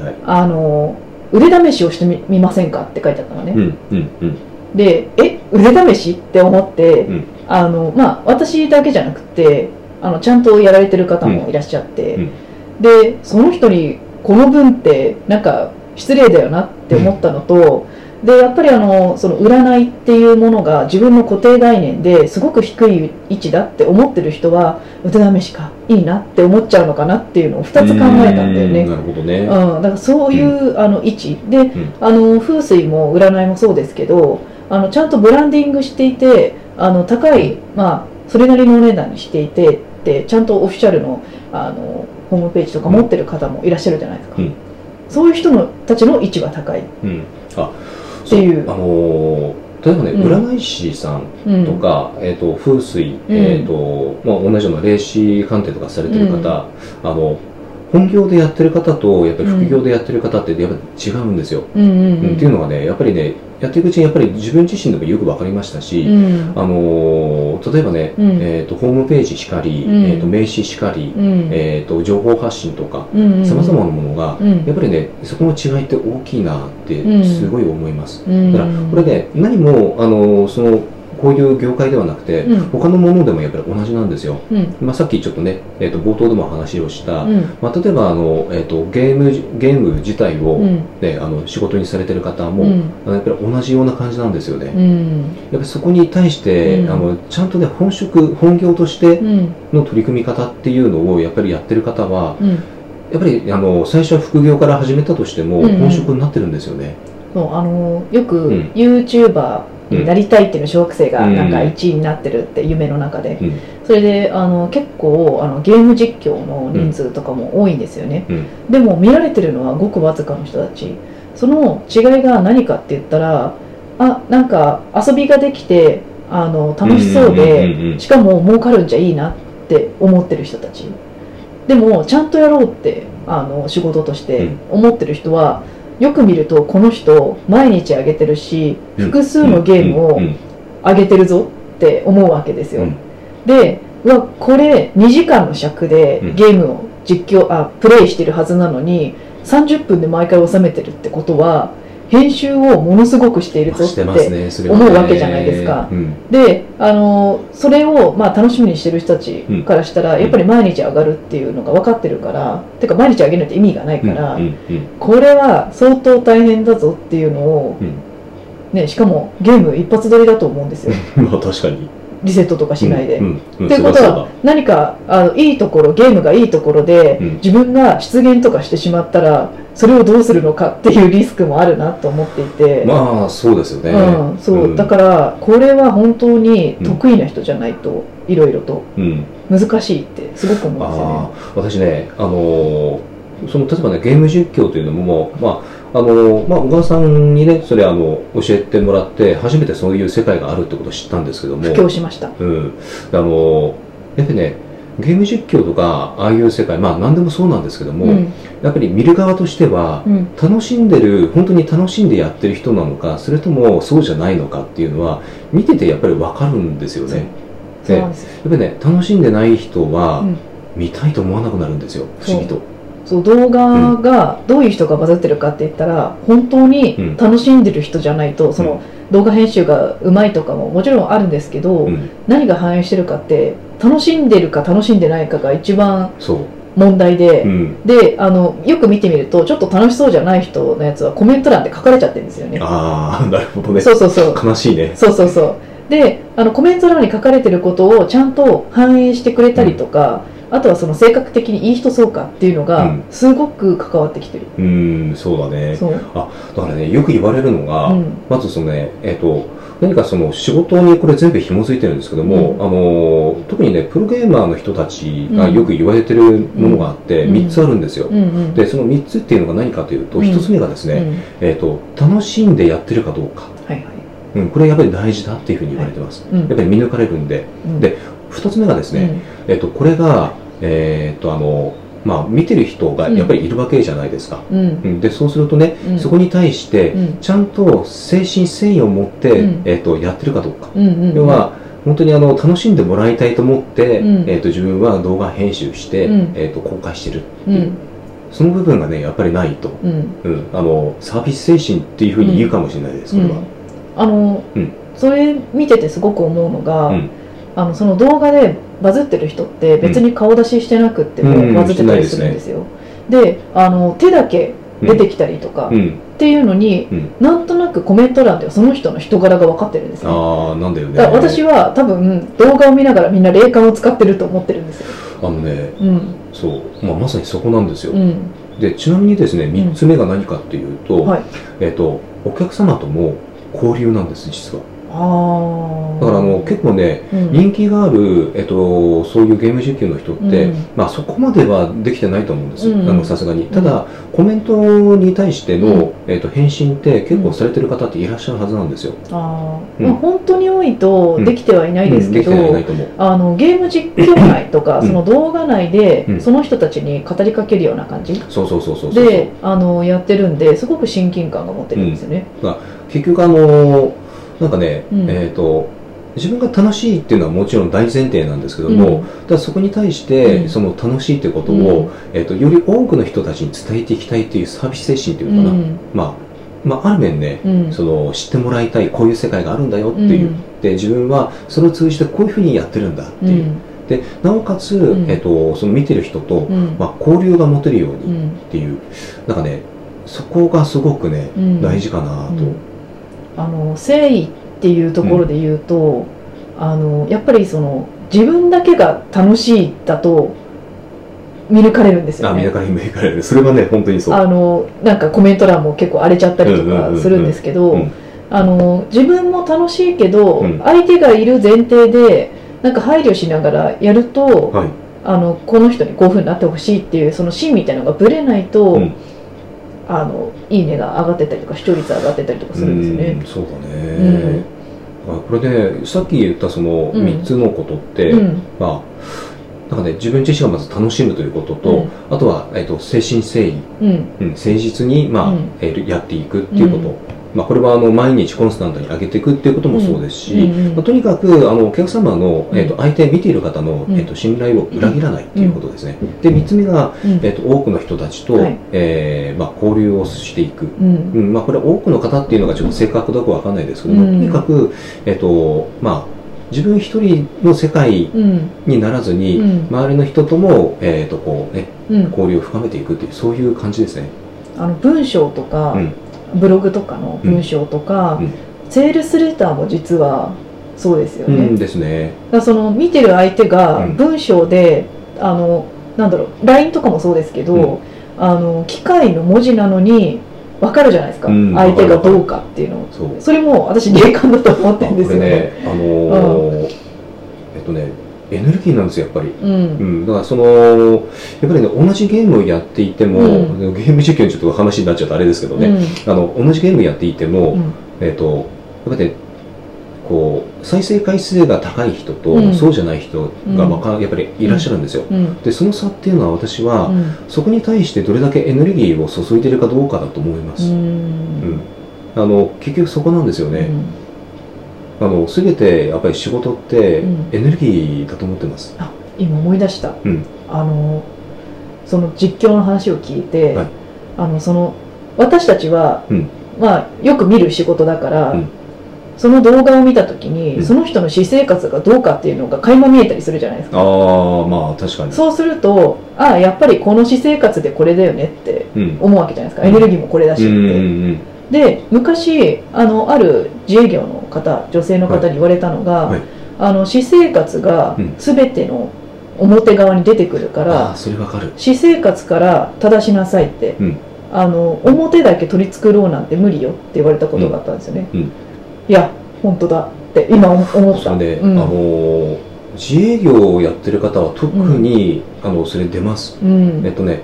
[SPEAKER 1] 腕試しをしてみませんかって書いてあったのね。で腕試しって思って、まあ私だけじゃなくてちゃんとやられてる方もいらっしゃって、でその人にこの分ってなんか失礼だよなって思ったのと、でやっぱりその占いっていうものが自分の固定概念ですごく低い位置だって思ってる人は腕試しかいいなって思っちゃうのかなっていうのを2つ考えたんだよね。
[SPEAKER 2] なるほどね。
[SPEAKER 1] だからそういう、位置で、風水も占いもそうですけどちゃんとブランディングしていて高い、まあ、それなりのお値段にしていてってちゃんとオフィシャルのホームページとか持ってる方もいらっしゃるじゃないですか。 そういう人たちの位置は高いっていう。
[SPEAKER 2] 例えばね、占い師さんとか、風水、同じような霊視鑑定とかされてる方、本業でやってる方とやっぱり副業でやってる方ってやっぱり違うんですよ。っていうのがね、やっぱりね、やっていくうちにやっぱり自分自身でもよく分かりましたし、例えばね、ホームページしかり、名刺しかり、情報発信とかさまざまなものが、やっぱりね、そこの違いって大きいなってすごい思います。だからこれね、何もこういう業界ではなくて、他のものでもやっぱり同じなんですよ。さっきちょっとね、冒頭でも話をした、例えばゲーム自体を、ね、仕事にされてる方も、やっぱり同じような感じなんですよね。やっぱりそこに対して、ちゃんとね、本業としての取り組み方っていうのをやっぱりやってる方は、やっぱり最初は副業から始めたとしても、本職になってるんですよね。
[SPEAKER 1] よく YouTuberになりたいっていうの小学生がなんか1位になってるって夢の中で、それで結構ゲーム実況の人数とかも多いんですよね。でも見られてるのはごくわずかの人たち。その違いが何かって言ったら、なんか遊びができて楽しそうで、しかも儲かるんじゃいいなって思ってる人たち。でもちゃんとやろうって仕事として思ってる人は、よく見るとこの人毎日上げてるし、複数のゲームを上げてるぞって思うわけですよ。で、これ2時間の尺でゲームをプレイしてるはずなのに30分で毎回収めてるってことは、編集をものすごくしているぞって思うわけじゃないですか。で、それを楽しみにしてる人たちからしたら、やっぱり毎日上がるっていうのが分かってるから、てか毎日上げるって意味がないから、これは相当大変だぞっていうのを、ね、しかもゲーム一発撮りだと思うんですよ。
[SPEAKER 2] 確かに
[SPEAKER 1] リセットとかしないで。っていうことは、何かいいところ、ゲームがいいところで自分が出現とかしてしまったら、それをどうするのかっていうリスクもあるなと思っていて。
[SPEAKER 2] そうですよね。
[SPEAKER 1] だからこれは本当に得意な人じゃないといろいろと難しいってすごく思うんですよね。
[SPEAKER 2] 私ね、例えばね、ゲーム実況というのも、小川さんにね、それ教えてもらって初めてそういう世界があるってことを知ったんですけども、
[SPEAKER 1] 布教しました。
[SPEAKER 2] やっぱりね、ゲーム実況とかああいう世界、何でもそうなんですけども、やっぱり見る側としては、楽しんでる、本当に楽しんでやってる人なのか、それともそうじゃないのかっていうのは見ててやっぱり分かるんですよね。で、やっぱりね、楽しんでない人は見たいと思わなくなるんですよ、不思議と。
[SPEAKER 1] 動画がどういう人がバズってるかって言ったら、本当に楽しんでる人じゃないと、その動画編集がうまいとかももちろんあるんですけど、何が反映してるかって、楽しんでるか楽しんでないかが一番問題で、でよく見てみると、ちょっと楽しそうじゃない人のやつはコメント欄で書かれちゃってるんですよね。
[SPEAKER 2] なるほどね。悲しいね。
[SPEAKER 1] で、コメント欄に書かれてることをちゃんと反映してくれたりとか、あとはその性格的にいい人そうかっていうのがすごく関わってきてる。
[SPEAKER 2] そうだね。だからね、よく言われるのが、まず何かその仕事にこれ全部紐づいてるんですけども、特にね、プロゲーマーの人たちがよく言われてるものがあって3つあるんですよ。で、その3つっていうのが何かというと、1つ目がですね、楽しんでやってるかどうか。これやっぱり大事だっていうふうに言われてます。やっぱり見抜かれるんで。で、2つ目がですね、これが見てる人がやっぱりいるわけじゃないですか。で、そうするとね、そこに対してちゃんと誠意を持ってやってるかどうか。要は本当に楽しんでもらいたいと思って自分は動画編集して公開してるっていう、その部分がねやっぱりないと、サービス精神っていうふうに言うかもしれないです。これは
[SPEAKER 1] それ見ててすごく思うのが、その動画でバズってる人って別に顔出ししてなくってもバズってたりするんですよ。で、手だけ出てきたりとかっていうのに、なんとなくコメント欄ではその人の人柄が分かってるんですよ。
[SPEAKER 2] なんだよね。
[SPEAKER 1] だから私は多分動画を見ながらみんな霊感を使ってると思ってるんですよ。
[SPEAKER 2] そう、まさにそこなんですよ。で、ちなみにですね、3つ目が何かっていうと、お客様とも交流なんです、実は。
[SPEAKER 1] あ
[SPEAKER 2] だから結構ね、人気がある、そういうゲーム実況の人って、まあそこまではできてないと思うんです、さすがに。ただ、コメントに対しての、返信って結構されてる方っていらっしゃるはずなんですよ。
[SPEAKER 1] まあ、本当に多いとできてはいないですけど、ゲーム実況内とか、その動画内で、その人たちに語りかけるような感じでやってるんで、すごく親近感が持てるんですよね。
[SPEAKER 2] 結局なんかね、自分が楽しいっていうのはもちろん大前提なんですけども、ただそこに対してその楽しいってことを、より多くの人たちに伝えていきたいっていうサービス精神っていうのかな、まあある面ね、その知ってもらいたい、こういう世界があるんだよっていう、で自分はそれを通じてこういうふうにやってるんだっていう、でなおかつ、その見てる人と、交流が持てるようにっていう、なんかね、そこがすごくね、大事かなと。
[SPEAKER 1] 誠意っていうところで言うと、やっぱりその自分だけが楽しいだと見抜かれるんですよね。
[SPEAKER 2] 見抜かれる。それはね、本当にそう。
[SPEAKER 1] なんかコメント欄も結構荒れちゃったりとかするんですけど、自分も楽しいけど、相手がいる前提でなんか配慮しながらやると、この人にこういうふうになってほしいっていうその芯みたいなのがぶれないと、いいねが上がってたりとか視聴率上がってたりとかするんですよね。
[SPEAKER 2] そうだね。これね、さっき言ったその3つのことって、まあなんかね、自分自身がまず楽しむということと、あとは誠心誠意、誠実にまあやっていくっていうこと。まあこれは毎日コンスタントに上げていくっていうこともそうですし、とにかくお客様の相手見ている方の信頼を裏切らないっていうことですね。で3つ目が多くの人たちとまあ交流をしていく。まあこれ多くの方っていうのがちょっと正確どころわかんないですけども、とにかくまあ自分一人の世界にならずに、周りの人ともこうね交流を深めていくっていうそういう感じですね。
[SPEAKER 1] 文章とかブログとかの文章とか、セールスレターも実はそうですよね。
[SPEAKER 2] ですね。
[SPEAKER 1] だからその見てる相手が文章で、なんだろう LINE とかもそうですけど、機械の文字なのに分かるじゃないですか、相手がどうかっていうのを。それも私霊感だと思ってるんですよね。
[SPEAKER 2] エネルギーなんですよ、やっぱり。だからやっぱりね、同じゲームをやっていても、ゲーム実況にちょっと話になっちゃうとあれですけどね、同じゲームやっていても、やっぱりね、こう再生回数が高い人と、そうじゃない人がやっぱりいらっしゃるんですよ。でその差っていうのは私は、そこに対してどれだけエネルギーを注いでいるかどうかだと思います。結局そこなんですよね。全てやっぱり仕事ってエネルギーだと思ってます。
[SPEAKER 1] 今思い出した、その実況の話を聞いて、その私たちは、まあ、よく見る仕事だから、その動画を見た時に、その人の私生活がどうかっていうのが垣間見えたりするじゃないですか。
[SPEAKER 2] まあ確かに。
[SPEAKER 1] そうするとやっぱりこの私生活でこれだよねって思うわけじゃないですか。エネルギーもこれだしって。で昔ある自営業の方、女性の方に言われたのが、私生活が全ての表側に出てくるから、
[SPEAKER 2] それわかる。
[SPEAKER 1] 私生活から正しなさいって、表だけ取り繕うなんて無理よって言われたことがあったんですよね。いや本当だって今思った。
[SPEAKER 2] 自営業をやってる方は特にそれ出ます。なんとかな、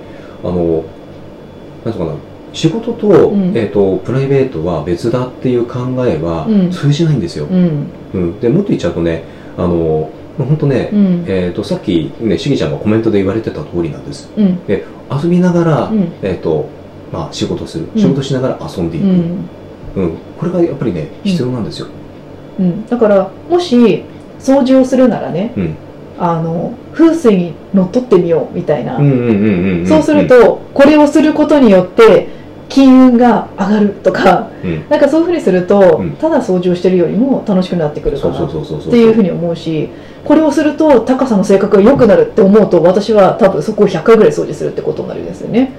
[SPEAKER 2] 仕事と、プライベートは別だっていう考えは通じないんですよ。でもっと言っちゃうとね、本当ね、さっきねしげちゃんがコメントで言われてた通りなんです。で遊びながら、まあ仕事する、仕事しながら遊んでいく、これがやっぱりね必要なんですよ。
[SPEAKER 1] だからもし掃除をするならね、風水にのっとってみようみたいな。そうするとこれをすることによって金運が上がるとか、なんかそういうふうにすると、ただ掃除をしてるよりも楽しくなってくるかなっていうふうに思うし、これをすると高さの性格が良くなるって思うと、私は多分そこを100回ぐらい掃除するってことになるんですよね。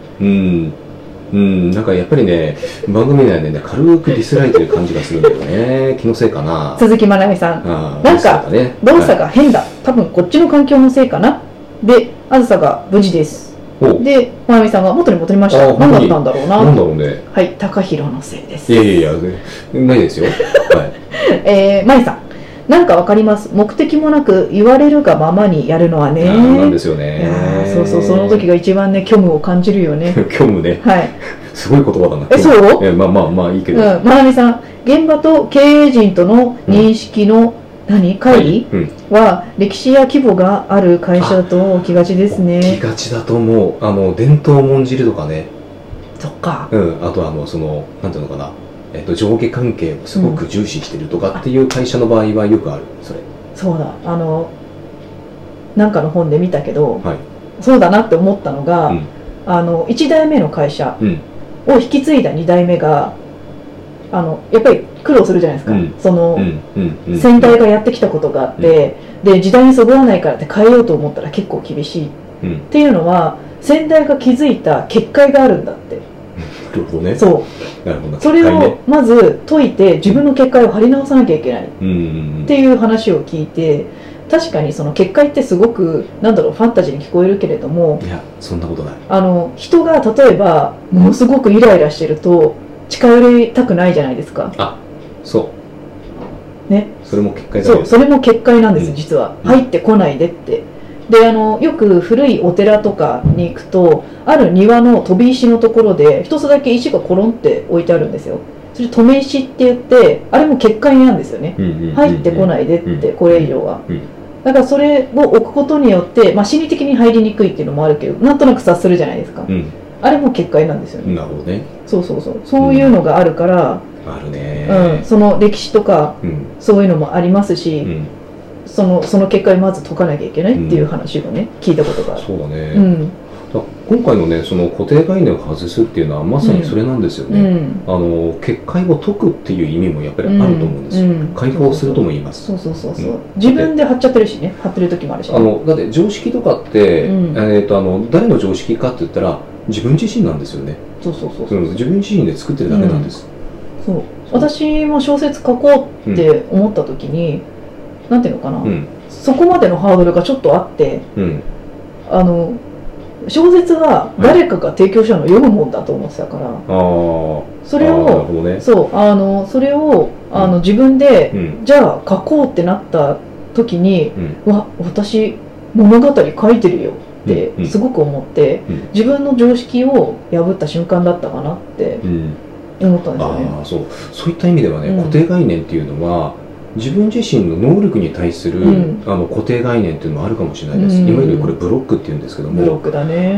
[SPEAKER 2] なんかやっぱりね、番組内でね、軽くディスられてる感じがするんだよね。気のせいかな。
[SPEAKER 1] 鈴木まなみさん。なんか、動作が変だ。多分こっちの環境のせいかな。で、あずさが無事です。で、まなみさんが元に戻りました。何だったんだろうな。
[SPEAKER 2] なんだろうね。
[SPEAKER 1] はい、高弘のせいです。
[SPEAKER 2] いや、ないですよ。
[SPEAKER 1] まいさん、なんかわかります。目的もなく言われるがままにやるのはね。
[SPEAKER 2] なんですよね。
[SPEAKER 1] そうそう、その時が一番ね、虚無を感じるよね。
[SPEAKER 2] 虚無ね。
[SPEAKER 1] はい。
[SPEAKER 2] すごい言葉だな。
[SPEAKER 1] そう？
[SPEAKER 2] まあまあまあいいけど。
[SPEAKER 1] まなみさん、現場と経営陣との認識の、会議、は歴史や規模がある会社と起きがちですね。
[SPEAKER 2] 起きがちだと思う。伝統を重んじるとかね。
[SPEAKER 1] そっか。
[SPEAKER 2] あとなんていうのかな。上下関係をすごく重視してるとかっていう会社の場合はよくある、それ。
[SPEAKER 1] そうだ、なんかの本で見たけど、
[SPEAKER 2] はい、
[SPEAKER 1] そうだなって思ったのが、1代目の会社を引き継いだ2代目が、やっぱり苦労するじゃないですか。先代がやってきたことがあって、で、時代にそぐわないからって変えようと思ったら結構厳しい。っていうのは、先代が築いた結界があるんだって。
[SPEAKER 2] なるほどね。
[SPEAKER 1] そう。なるほど。それをまず解いて自分の結界を張り直さなきゃいけないっていう話を聞いて、確かにその結界ってすごくファンタジーに聞こえるけれども、
[SPEAKER 2] いやそんなことない。
[SPEAKER 1] 人が例えばものすごくイライラしてると近寄りたくないじゃないですか。
[SPEAKER 2] あ、そうね。それも結界だね。
[SPEAKER 1] そう、それも結界なんです、実は。入ってこないでって。で、よく古いお寺とかに行くと、ある庭の飛び石のところで一つだけ石がコロンって置いてあるんですよ。それ止め石って言って、あれも結界なんですよね。入ってこないでって、これ以上は。だからそれを置くことによって、心理的に入りにくいっていうのもあるけど、なんとなく察するじゃないですか。あれも結界なんですよね。
[SPEAKER 2] なるほどね。
[SPEAKER 1] そうそうそう。そういうのがあるから、
[SPEAKER 2] あるね。
[SPEAKER 1] その歴史とか、そういうのもありますし、その結果にまず解かなきゃいけないっていう話をね、聞いたことがある。
[SPEAKER 2] そうだね。今回のね、その固定概念を外すっていうのはまさにそれなんですよね。結界を解くっていう意味もやっぱりあると思うんですよ。解放するとも言います。
[SPEAKER 1] そうそうそうそう。自分で貼っちゃってるしね、貼ってる時もあるし。
[SPEAKER 2] だって常識とかって、誰の常識かって言ったら自分自身なんですよね。
[SPEAKER 1] そうそうそう。
[SPEAKER 2] 自分自身で作ってるだけなんです。
[SPEAKER 1] そう。私も小説書こうって思った時に、なんていうのかな、そこまでのハードルがちょっとあって、小説は誰かが提供したのを読むもんだと思ってたから、それを、それを自分で、じゃあ書こうってなった時に、私物語書いてるよってすごく思って、自分の常識を破った瞬間だったかなって思ったんですよね。
[SPEAKER 2] そういった意味ではね、固定概念っていうのは自分自身の能力に対する、固定概念っていうのもあるかもしれないです。いわゆるこれブロックっていうんですけども、
[SPEAKER 1] ブロックだね。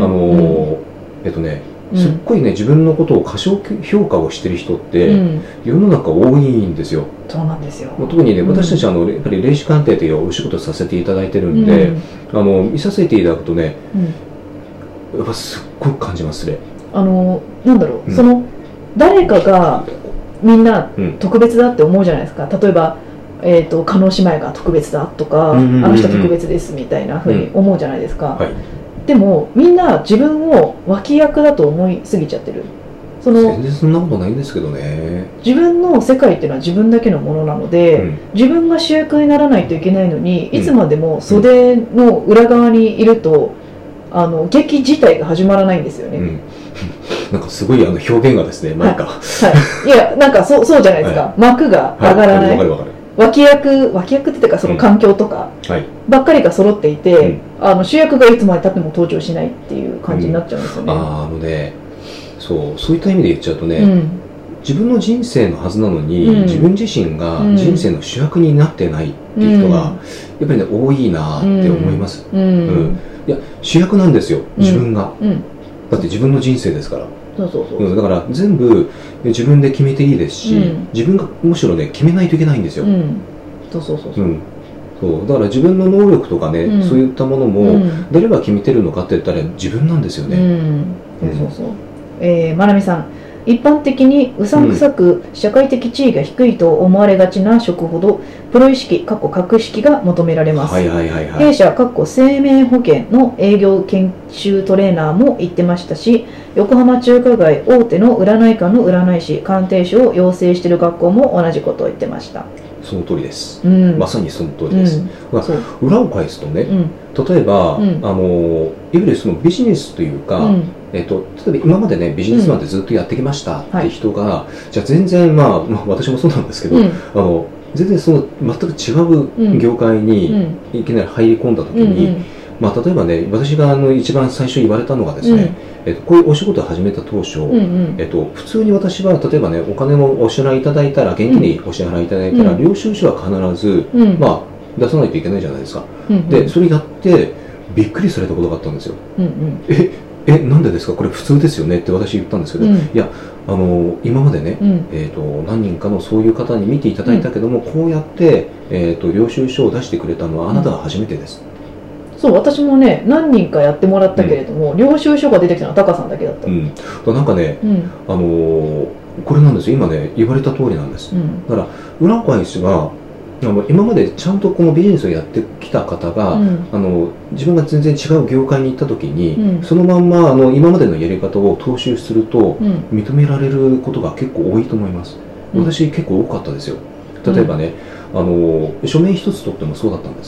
[SPEAKER 2] すっごいね、自分のことを過小評価をしてる人って、世の中多いんですよ。
[SPEAKER 1] そうなんですよ。
[SPEAKER 2] 特にね、私たちやっぱり霊視鑑定というお仕事をさせていただいてるんで、見させていただくとね、やっぱすっごく感じますね。
[SPEAKER 1] なんだろう、その誰かがみんな特別だって思うじゃないですか。例えば叶姉妹が特別だとか、あの人特別ですみたいなふうに思うじゃないですか。でもみんな自分を脇役だと思いすぎちゃってる。
[SPEAKER 2] 全然そんなことないんですけどね。
[SPEAKER 1] 自分の世界っていうのは自分だけのものなので、自分が主役にならないといけないのに、いつまでも袖の裏側にいると、劇自体が始まらないんですよね。
[SPEAKER 2] なんかすごい表現がですね、なんか、
[SPEAKER 1] いや、なんかそうじゃないですか。幕が上がらない。脇役って言ったか、その環境とかばっかりが揃っていて、主役がいつまでたっても登場しないっていう感じになっちゃうんですよね。
[SPEAKER 2] そういった意味で言っちゃうとね、自分の人生のはずなのに、自分自身が人生の主役になってないっていう人がやっぱりね、多いなって思います。いや、主役なんですよ、自分が。だって自分の人生ですから。だから全部自分で決めていいですし、自分がむしろね、決めないといけないんですよ。だから自分の能力とかね、そういったものも誰が決めてるのかって言ったら自分なんですよね。
[SPEAKER 1] まなみさん、一般的にうさんくさく社会的地位が低いと思われがちな職ほどプロ意識格式が求められます。弊社生命保険の営業研修トレーナーも言ってましたし、横浜中華街大手の占い館の占い師鑑定士を養成している学校も同じことを言ってました。
[SPEAKER 2] その通りです。まさにその通りです。裏を返すとね、例えばいわゆるそのビジネスというか、例えば今までね、ビジネスマンでずっとやってきましたって人が、じゃあ全然私もそうなんですけど、 全然その全く違う業界にいきなり入り込んだ時に、まあ、例えばね、私が一番最初言われたのがですね、こういうお仕事を始めた当初、普通に私は例えばね、お金をお支払いいただいたら、現金でお支払いいただいたら、領収書は必ず、まあ、出さないといけないじゃないですか。で、それやってびっくりされたことがあったんですよ。なんでですか、これ普通ですよねって私言ったんですけど、いや、今までね、何人かのそういう方に見ていただいたけども、こうやって、領収書を出してくれたのはあなたが初めてです。
[SPEAKER 1] そう、私もね、何人かやってもらったけれども、領収書が出てきたのはタカさんだけだった。
[SPEAKER 2] なんかね、これなんですよ、今ね、言われた通りなんです。だから、裏返しは、今までちゃんとこのビジネスをやってきた方が、自分が全然違う業界に行った時に、そのまんま今までのやり方を踏襲すると、認められることが結構多いと思います。私結構多かったですよ。例えばね、書面一つ取ってもそうだったんです。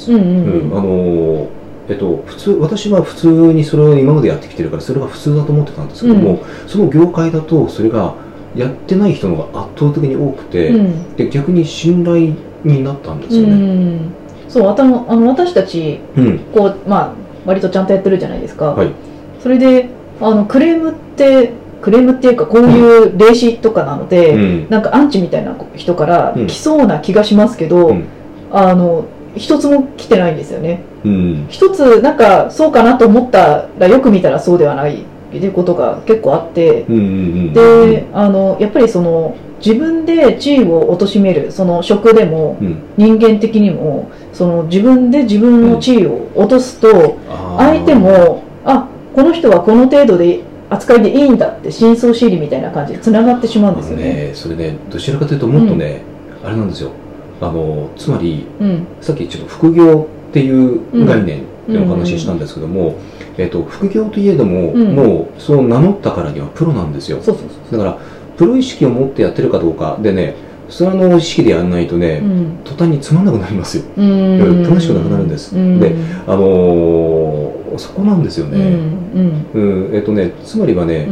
[SPEAKER 2] 私は普通にそれを今までやってきてるから、それが普通だと思ってたんですけども、その業界だとそれがやってない人の方が圧倒的に多くて、で逆に信頼になったんですよね。
[SPEAKER 1] そう、私たち、こう、まあ、割とちゃんとやってるじゃないですか。それでクレームっていうか、こういう霊視とかなので、なんかアンチみたいな人から来そうな気がしますけど、一つも来てないんですよね。一つなんかそうかなと思ったら、よく見たらそうではないっていうことが結構あって、でやっぱりその自分で地位を貶める、その職でも、人間的にもその自分で自分の地位を落とすと、相手もこの人はこの程度で扱いでいいんだって深層心理みたいな感じでつながってしまうんですよね。
[SPEAKER 2] それね、どちらかというともっとね、あれなんですよ。つまり、さっきちょっと副業っていう概念でお話ししたんですけども、副業といえども、もうそう名乗ったからにはプロなんですよ。だからプロ意識を持ってやってるかどうかでね、それ意識でやらないとね、途端につまんなくなりますよ。楽しくなくなるんです。で、そこなんですよね。つまりはね、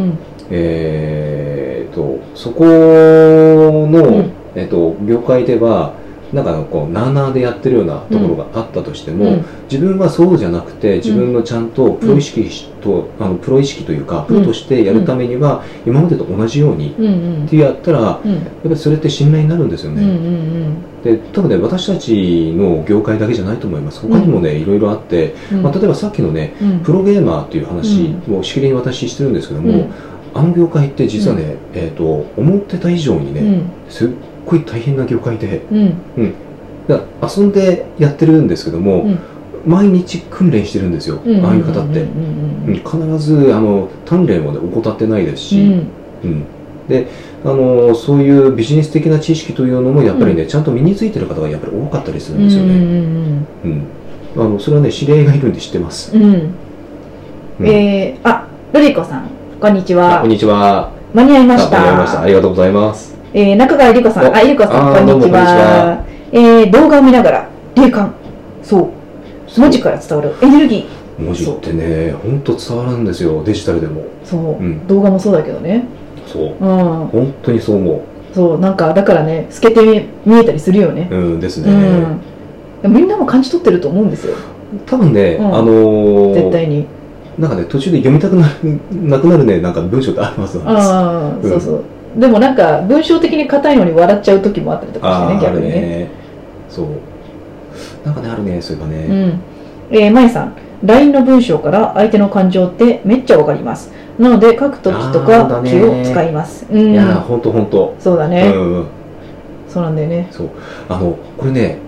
[SPEAKER 2] そこの、業界ではなんかこうなあなあでやってるようなところがあったとしても、自分はそうじゃなくて、自分のちゃんとプロ意識というか、プロとしてやるためには、今までと同じようにってやったら、やっぱりそれって信頼になるんですよね。で、多分ね、私たちの業界だけじゃないと思います。他にもね、いろいろあって、例えばさっきのね、プロゲーマーっていう話をしきりに私してるんですけども、あの業界って実はね、思ってた以上にね、すっごい大変な業界で、だから遊んでやってるんですけども、毎日訓練してるんですよ、ああいう方って。必ず鍛錬をね怠ってないですし、でそういうビジネス的な知識というのもやっぱりね、ちゃんと身についてる方がやっぱり多かったりするんですよね。それはね、知り合いがいるんで知ってます。
[SPEAKER 1] ルリコさん、こんにちは。
[SPEAKER 2] こんにちは。
[SPEAKER 1] 間に合いました。
[SPEAKER 2] 間に合いました。ありがとうございます。
[SPEAKER 1] 中川理子さん、ゆうこさん、こんにちは。動画を見ながら霊感、そう文字から伝わるエネルギー。
[SPEAKER 2] 文字ってね、本当伝わるんですよ、デジタルでも。
[SPEAKER 1] そう、動画もそうだけどね。
[SPEAKER 2] そう、本当にそう思う。
[SPEAKER 1] そう、なんかだからね、透けて見えたりするよね。
[SPEAKER 2] ですね。
[SPEAKER 1] みんなも感じ取ってると思うんですよ。
[SPEAKER 2] 多分ね、
[SPEAKER 1] 絶対に。
[SPEAKER 2] なんかね、途中で読みたくなくなるね、なんか文章ってあります。
[SPEAKER 1] そうそう。でもなんか文章的に硬いのに笑っちゃう時もあったりとかしてね、逆にね。
[SPEAKER 2] そう。なんかね、あるね、そういえばね。
[SPEAKER 1] まゆさん、LINE の文章から相手の感情ってめっちゃわかります。なので書く時とか気を使います。
[SPEAKER 2] いや、本当。
[SPEAKER 1] そうだね。そうなんだよね。
[SPEAKER 2] そう。これね、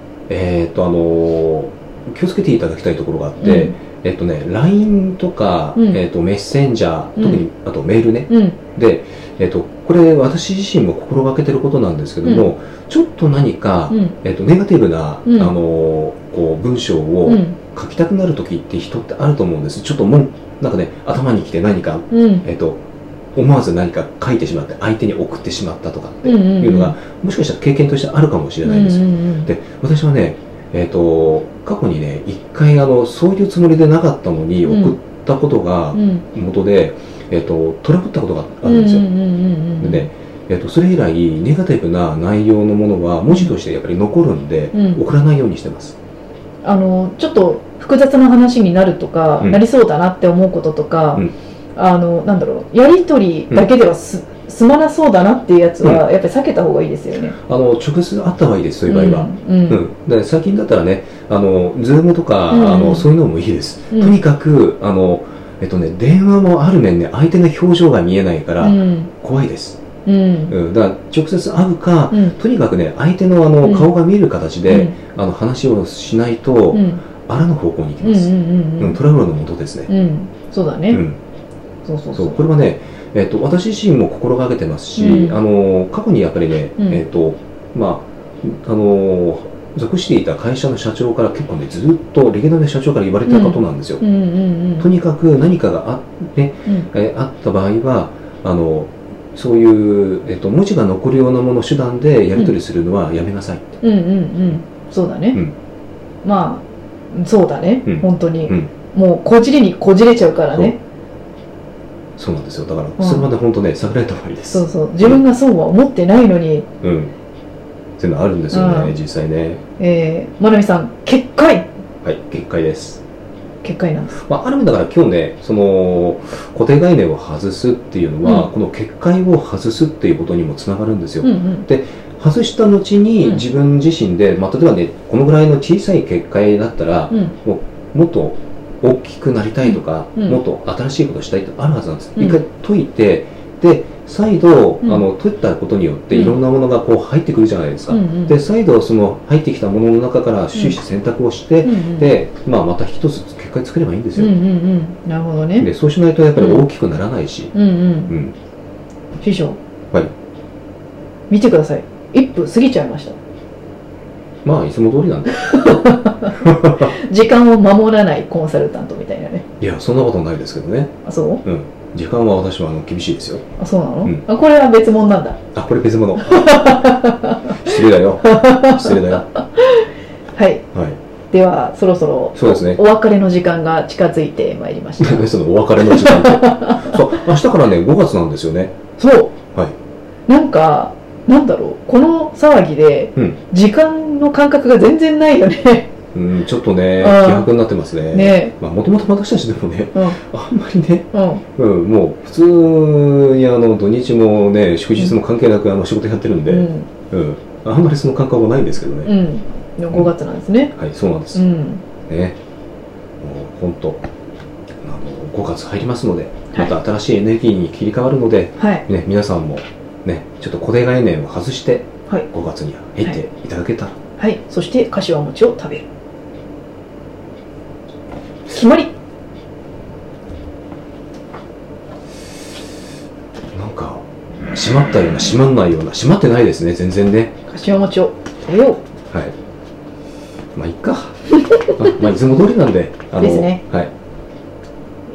[SPEAKER 2] 気をつけていただきたいところがあって、LINE とか、メッセンジャー、特にあとメールね。で、これ私自身も心がけてることなんですけども、ちょっと何か、ネガティブな、こう文章を書きたくなる時って人ってあると思うんです。ちょっともうなんかね、頭にきて何か、思わず何か書いてしまって相手に送ってしまったとかっていうのが、もしかしたら経験としてあるかもしれないです。で、私はね、過去にね、一回そういうつもりでなかったのに送ったことが元で、トラブったことがあるんですよ。でね、 それ以来ネガティブな内容のものは文字としてやっぱり残るんで、送らないようにしてます。
[SPEAKER 1] ちょっと複雑な話になるとか、なりそうだなって思うこととか、なんだろう、やり取りだけでは済まなそうだなっていうやつはやっぱり避けた方がいいですよね。
[SPEAKER 2] 直接会った方がいいです、そういう場合は。で最近だったらね、ズームとか、そういうのもいいです。とにかく電話もある面ね、相手の表情が見えないから怖いです。だから直接会うか、とにかくね、相手の顔が見える形で話をしないと、あらぬ方向に行きます。トラブルのもとですね。
[SPEAKER 1] そうだね。
[SPEAKER 2] そう、これはね、私自身も心がけてますし、過去にやっぱりね、属していた会社の社長から結構ね、ずっとレギュラーの社長から言われたことなんですよ。とにかく何かがあった場合はそういう、文字が残るようなもの手段でやり取りするのはやめなさいって。
[SPEAKER 1] そうだね。まあそうだね、本当に、もうこじれにこじれちゃうからね。
[SPEAKER 2] そうなんですよ。だからそれまで本当ね、避けられた方がいいです。
[SPEAKER 1] 自分がそうは思ってないのに、
[SPEAKER 2] そういうのあるんですよね、実際ね。
[SPEAKER 1] まなみさん、結界。
[SPEAKER 2] はい、結界です。
[SPEAKER 1] 結界なんです。
[SPEAKER 2] ある意味だから今日ね、その固定概念を外すっていうのは、この結界を外すっていうことにもつながるんですよ。で、外した後に自分自身で、例えばね、このぐらいの小さい結界だったら、もっと大きくなりたいとか、もっと新しいことをしたいってあるはずなんです。一回解いて、で再度解ったことによっていろんなものがこう入ってくるじゃないですか。で再度その入ってきたものの中から終始選択をして、でまた一つ結果作ればいいんですよ。
[SPEAKER 1] なるほどね。
[SPEAKER 2] でそうしないとやっぱり大きくならないし。
[SPEAKER 1] 師匠、
[SPEAKER 2] はい、
[SPEAKER 1] 見てください、1分過ぎちゃいました。
[SPEAKER 2] いつも通りなんで
[SPEAKER 1] 時間を守らないコンサルタントみたいなね。
[SPEAKER 2] いや、そんなことないですけどね。
[SPEAKER 1] あ、そう？
[SPEAKER 2] 時間は私は厳しいですよ。
[SPEAKER 1] あ、そうなの？これは別物なんだ。
[SPEAKER 2] あ、これ別物。失礼だよ。失礼だよ。
[SPEAKER 1] はい。ではそろそろ
[SPEAKER 2] そうですね、
[SPEAKER 1] お別れの時間が近づいてまいりました。
[SPEAKER 2] そのお別れの時間ってそう、明日からね5月なんですよね。
[SPEAKER 1] そう、なんかなんだろう、この騒ぎで時間の感覚が全然ないよね。
[SPEAKER 2] ちょっとね希薄になってますね。もともと私たちでもね、あんまりね、もう普通に土日もね祝日も関係なく仕事やってるんで、あんまりその感覚はないんですけどね。
[SPEAKER 1] 5月なんですね。
[SPEAKER 2] はい、そうなんです。ね、もう本当5月入りますので、また新しいエネルギーに切り替わるので、ね、皆さんもね、ちょっと固定概念を外して5月に入っていただけたら。
[SPEAKER 1] はい、そして柏餅を食べる。決まり。
[SPEAKER 2] なんか閉まったような閉まんないような、閉まってないですね、全然ね。
[SPEAKER 1] 柏餅を食べよ
[SPEAKER 2] う。はい、いっか。いつも通りなんで。
[SPEAKER 1] ですね。
[SPEAKER 2] はい。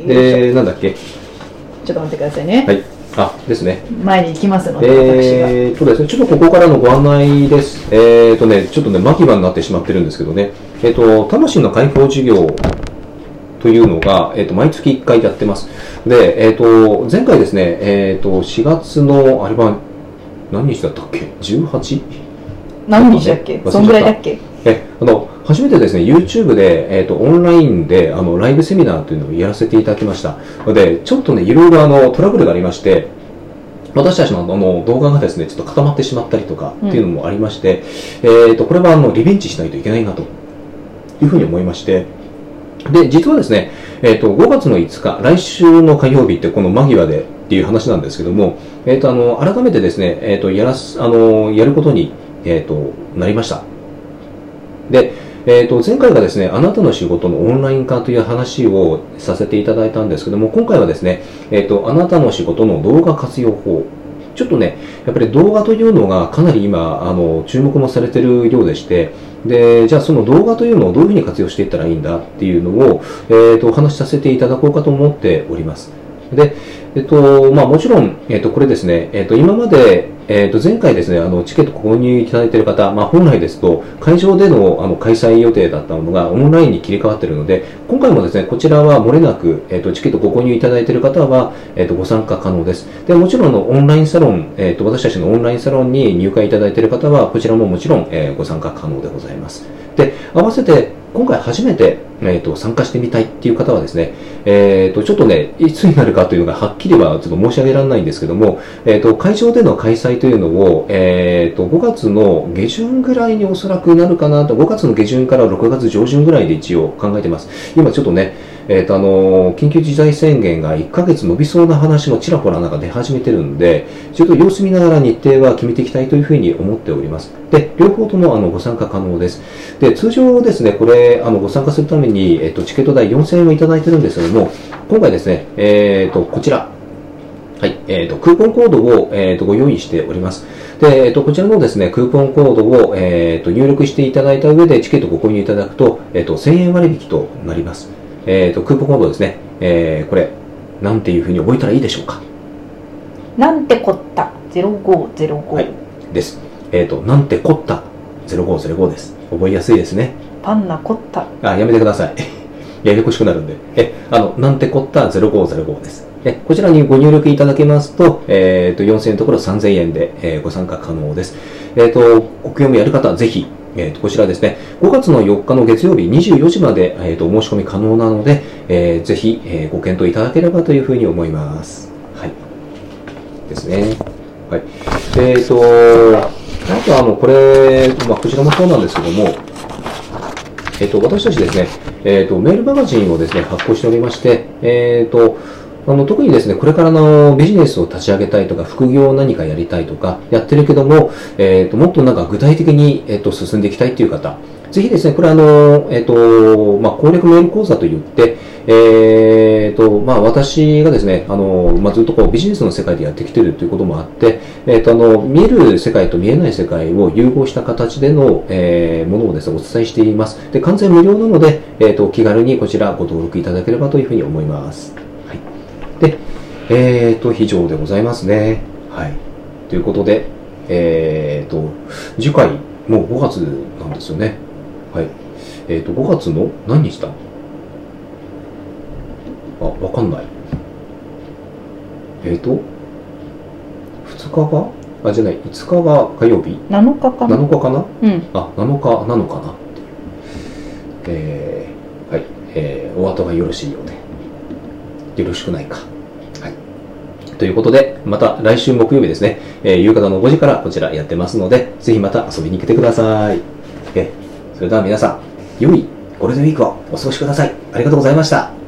[SPEAKER 2] で、なんだっけ。
[SPEAKER 1] ちょっと待ってくださいね。
[SPEAKER 2] はい。ですね。
[SPEAKER 1] 前に行きますので、
[SPEAKER 2] 私が。ですね、ちょっとここからのご案内です。ちょっとね、巻き場になってしまってるんですけどね。魂の解放事業というのが、毎月1回やってます。で、前回ですね、4月の、あれは、何日だったっけ ?18？
[SPEAKER 1] 何日だっけ？そんぐらいだっけ？
[SPEAKER 2] 初めてですね、YouTube で、オンラインで、ライブセミナーというのをやらせていただきました。で、ちょっとね、いろいろトラブルがありまして、私たちの動画がですね、ちょっと固まってしまったりとかっていうのもありまして、これはリベンジしないといけないなというふうに思いまして、で、実はですね、5月の5日、来週の火曜日ってこの間際でっていう話なんですけども、改めてですね、やることに、なりました。で、前回がですね、あなたの仕事のオンライン化という話をさせていただいたんですけども、今回はですね、あなたの仕事の動画活用法。ちょっとね、やっぱり動画というのがかなり今、注目もされているようでして、で、じゃあその動画というのをどういうふうに活用していったらいいんだっていうのを、お話しさせていただこうかと思っております。 で、もちろん、これですね、今まで、前回ですね、チケット購入いただいている方、本来ですと、会場での、開催予定だったものがオンラインに切り替わっているので、今回もですね、こちらは漏れなく、チケットご購入いただいている方は、ご参加可能です。で、もちろん、オンラインサロン、私たちのオンラインサロンに入会いただいている方は、こちらももちろん、ご参加可能でございます。で、合わせて、今回初めて、参加してみたいっていう方はですね、ちょっとね、いつになるかというのがはっきりはちょっと申し上げられないんですけども、会場での開催というのを、5月の下旬ぐらいにおそらくなるかなと、5月の下旬から6月上旬ぐらいで一応考えてます。今ちょっとね、緊急事態宣言が1ヶ月伸びそうな話もちらほらなんか出始めてるんで、ちょっと様子見ながら日程は決めていきたいというふうに思っております。で、両方ともご参加可能です。で、通常ですね、これ、ご参加するために、チケット代4000円をいただいてるんですけども、今回ですね、こちら、はい、クーポンコードを、ご用意しております。で、こちらのですね、クーポンコードを、入力していただいた上でチケットをご購入いただくと、1000円割引となります。クーポンコードですね、これ、なんていうふうに覚えたらいいでしょうか。
[SPEAKER 1] なんてこった0505。
[SPEAKER 2] はい、です。なんてこった0505です。覚えやすいですね。
[SPEAKER 1] パンナコッタ。
[SPEAKER 2] やめてください。ややこしくなるんで。なんてこった0505です。こちらにご入力いただけますと、4000円のところ3000円で、ご参加可能です。ご興味ある方はぜひ、こちらですね、5月の4日の月曜日24時まで、お申し込み可能なので、ぜひ、ご検討いただければというふうに思います。はい。ですね。はい。あとこれ、こちらもそうなんですけども、私たちですね、メールマガジンをですね、発行しておりまして、特にですね、これからのビジネスを立ち上げたいとか、副業を何かやりたいとか、やってるけども、もっとなんか具体的に、進んでいきたいという方、ぜひですね、これ攻略メール講座といって、私がですね、ずっとビジネスの世界でやってきているということもあって、見える世界と見えない世界を融合した形での、ものをですね、お伝えしています。で、完全無料なので、気軽にこちらご登録いただければというふうに思います。はい。で、以上でございますね。はい。ということで、次回、もう5月なんですよね。はい。5月の何日だ？わかんない。2日がじゃない、5日が火曜日
[SPEAKER 1] ?7 日かな
[SPEAKER 2] ?7 日かな
[SPEAKER 1] うん。
[SPEAKER 2] 7日なのかなっていう。はい。お後がよろしいようで。よろしくないか。はい。ということで、また来週木曜日ですね、夕方の5時からこちらやってますので、ぜひまた遊びに来てください。それでは皆さん、良いゴールデンウィークをお過ごしください。ありがとうございました。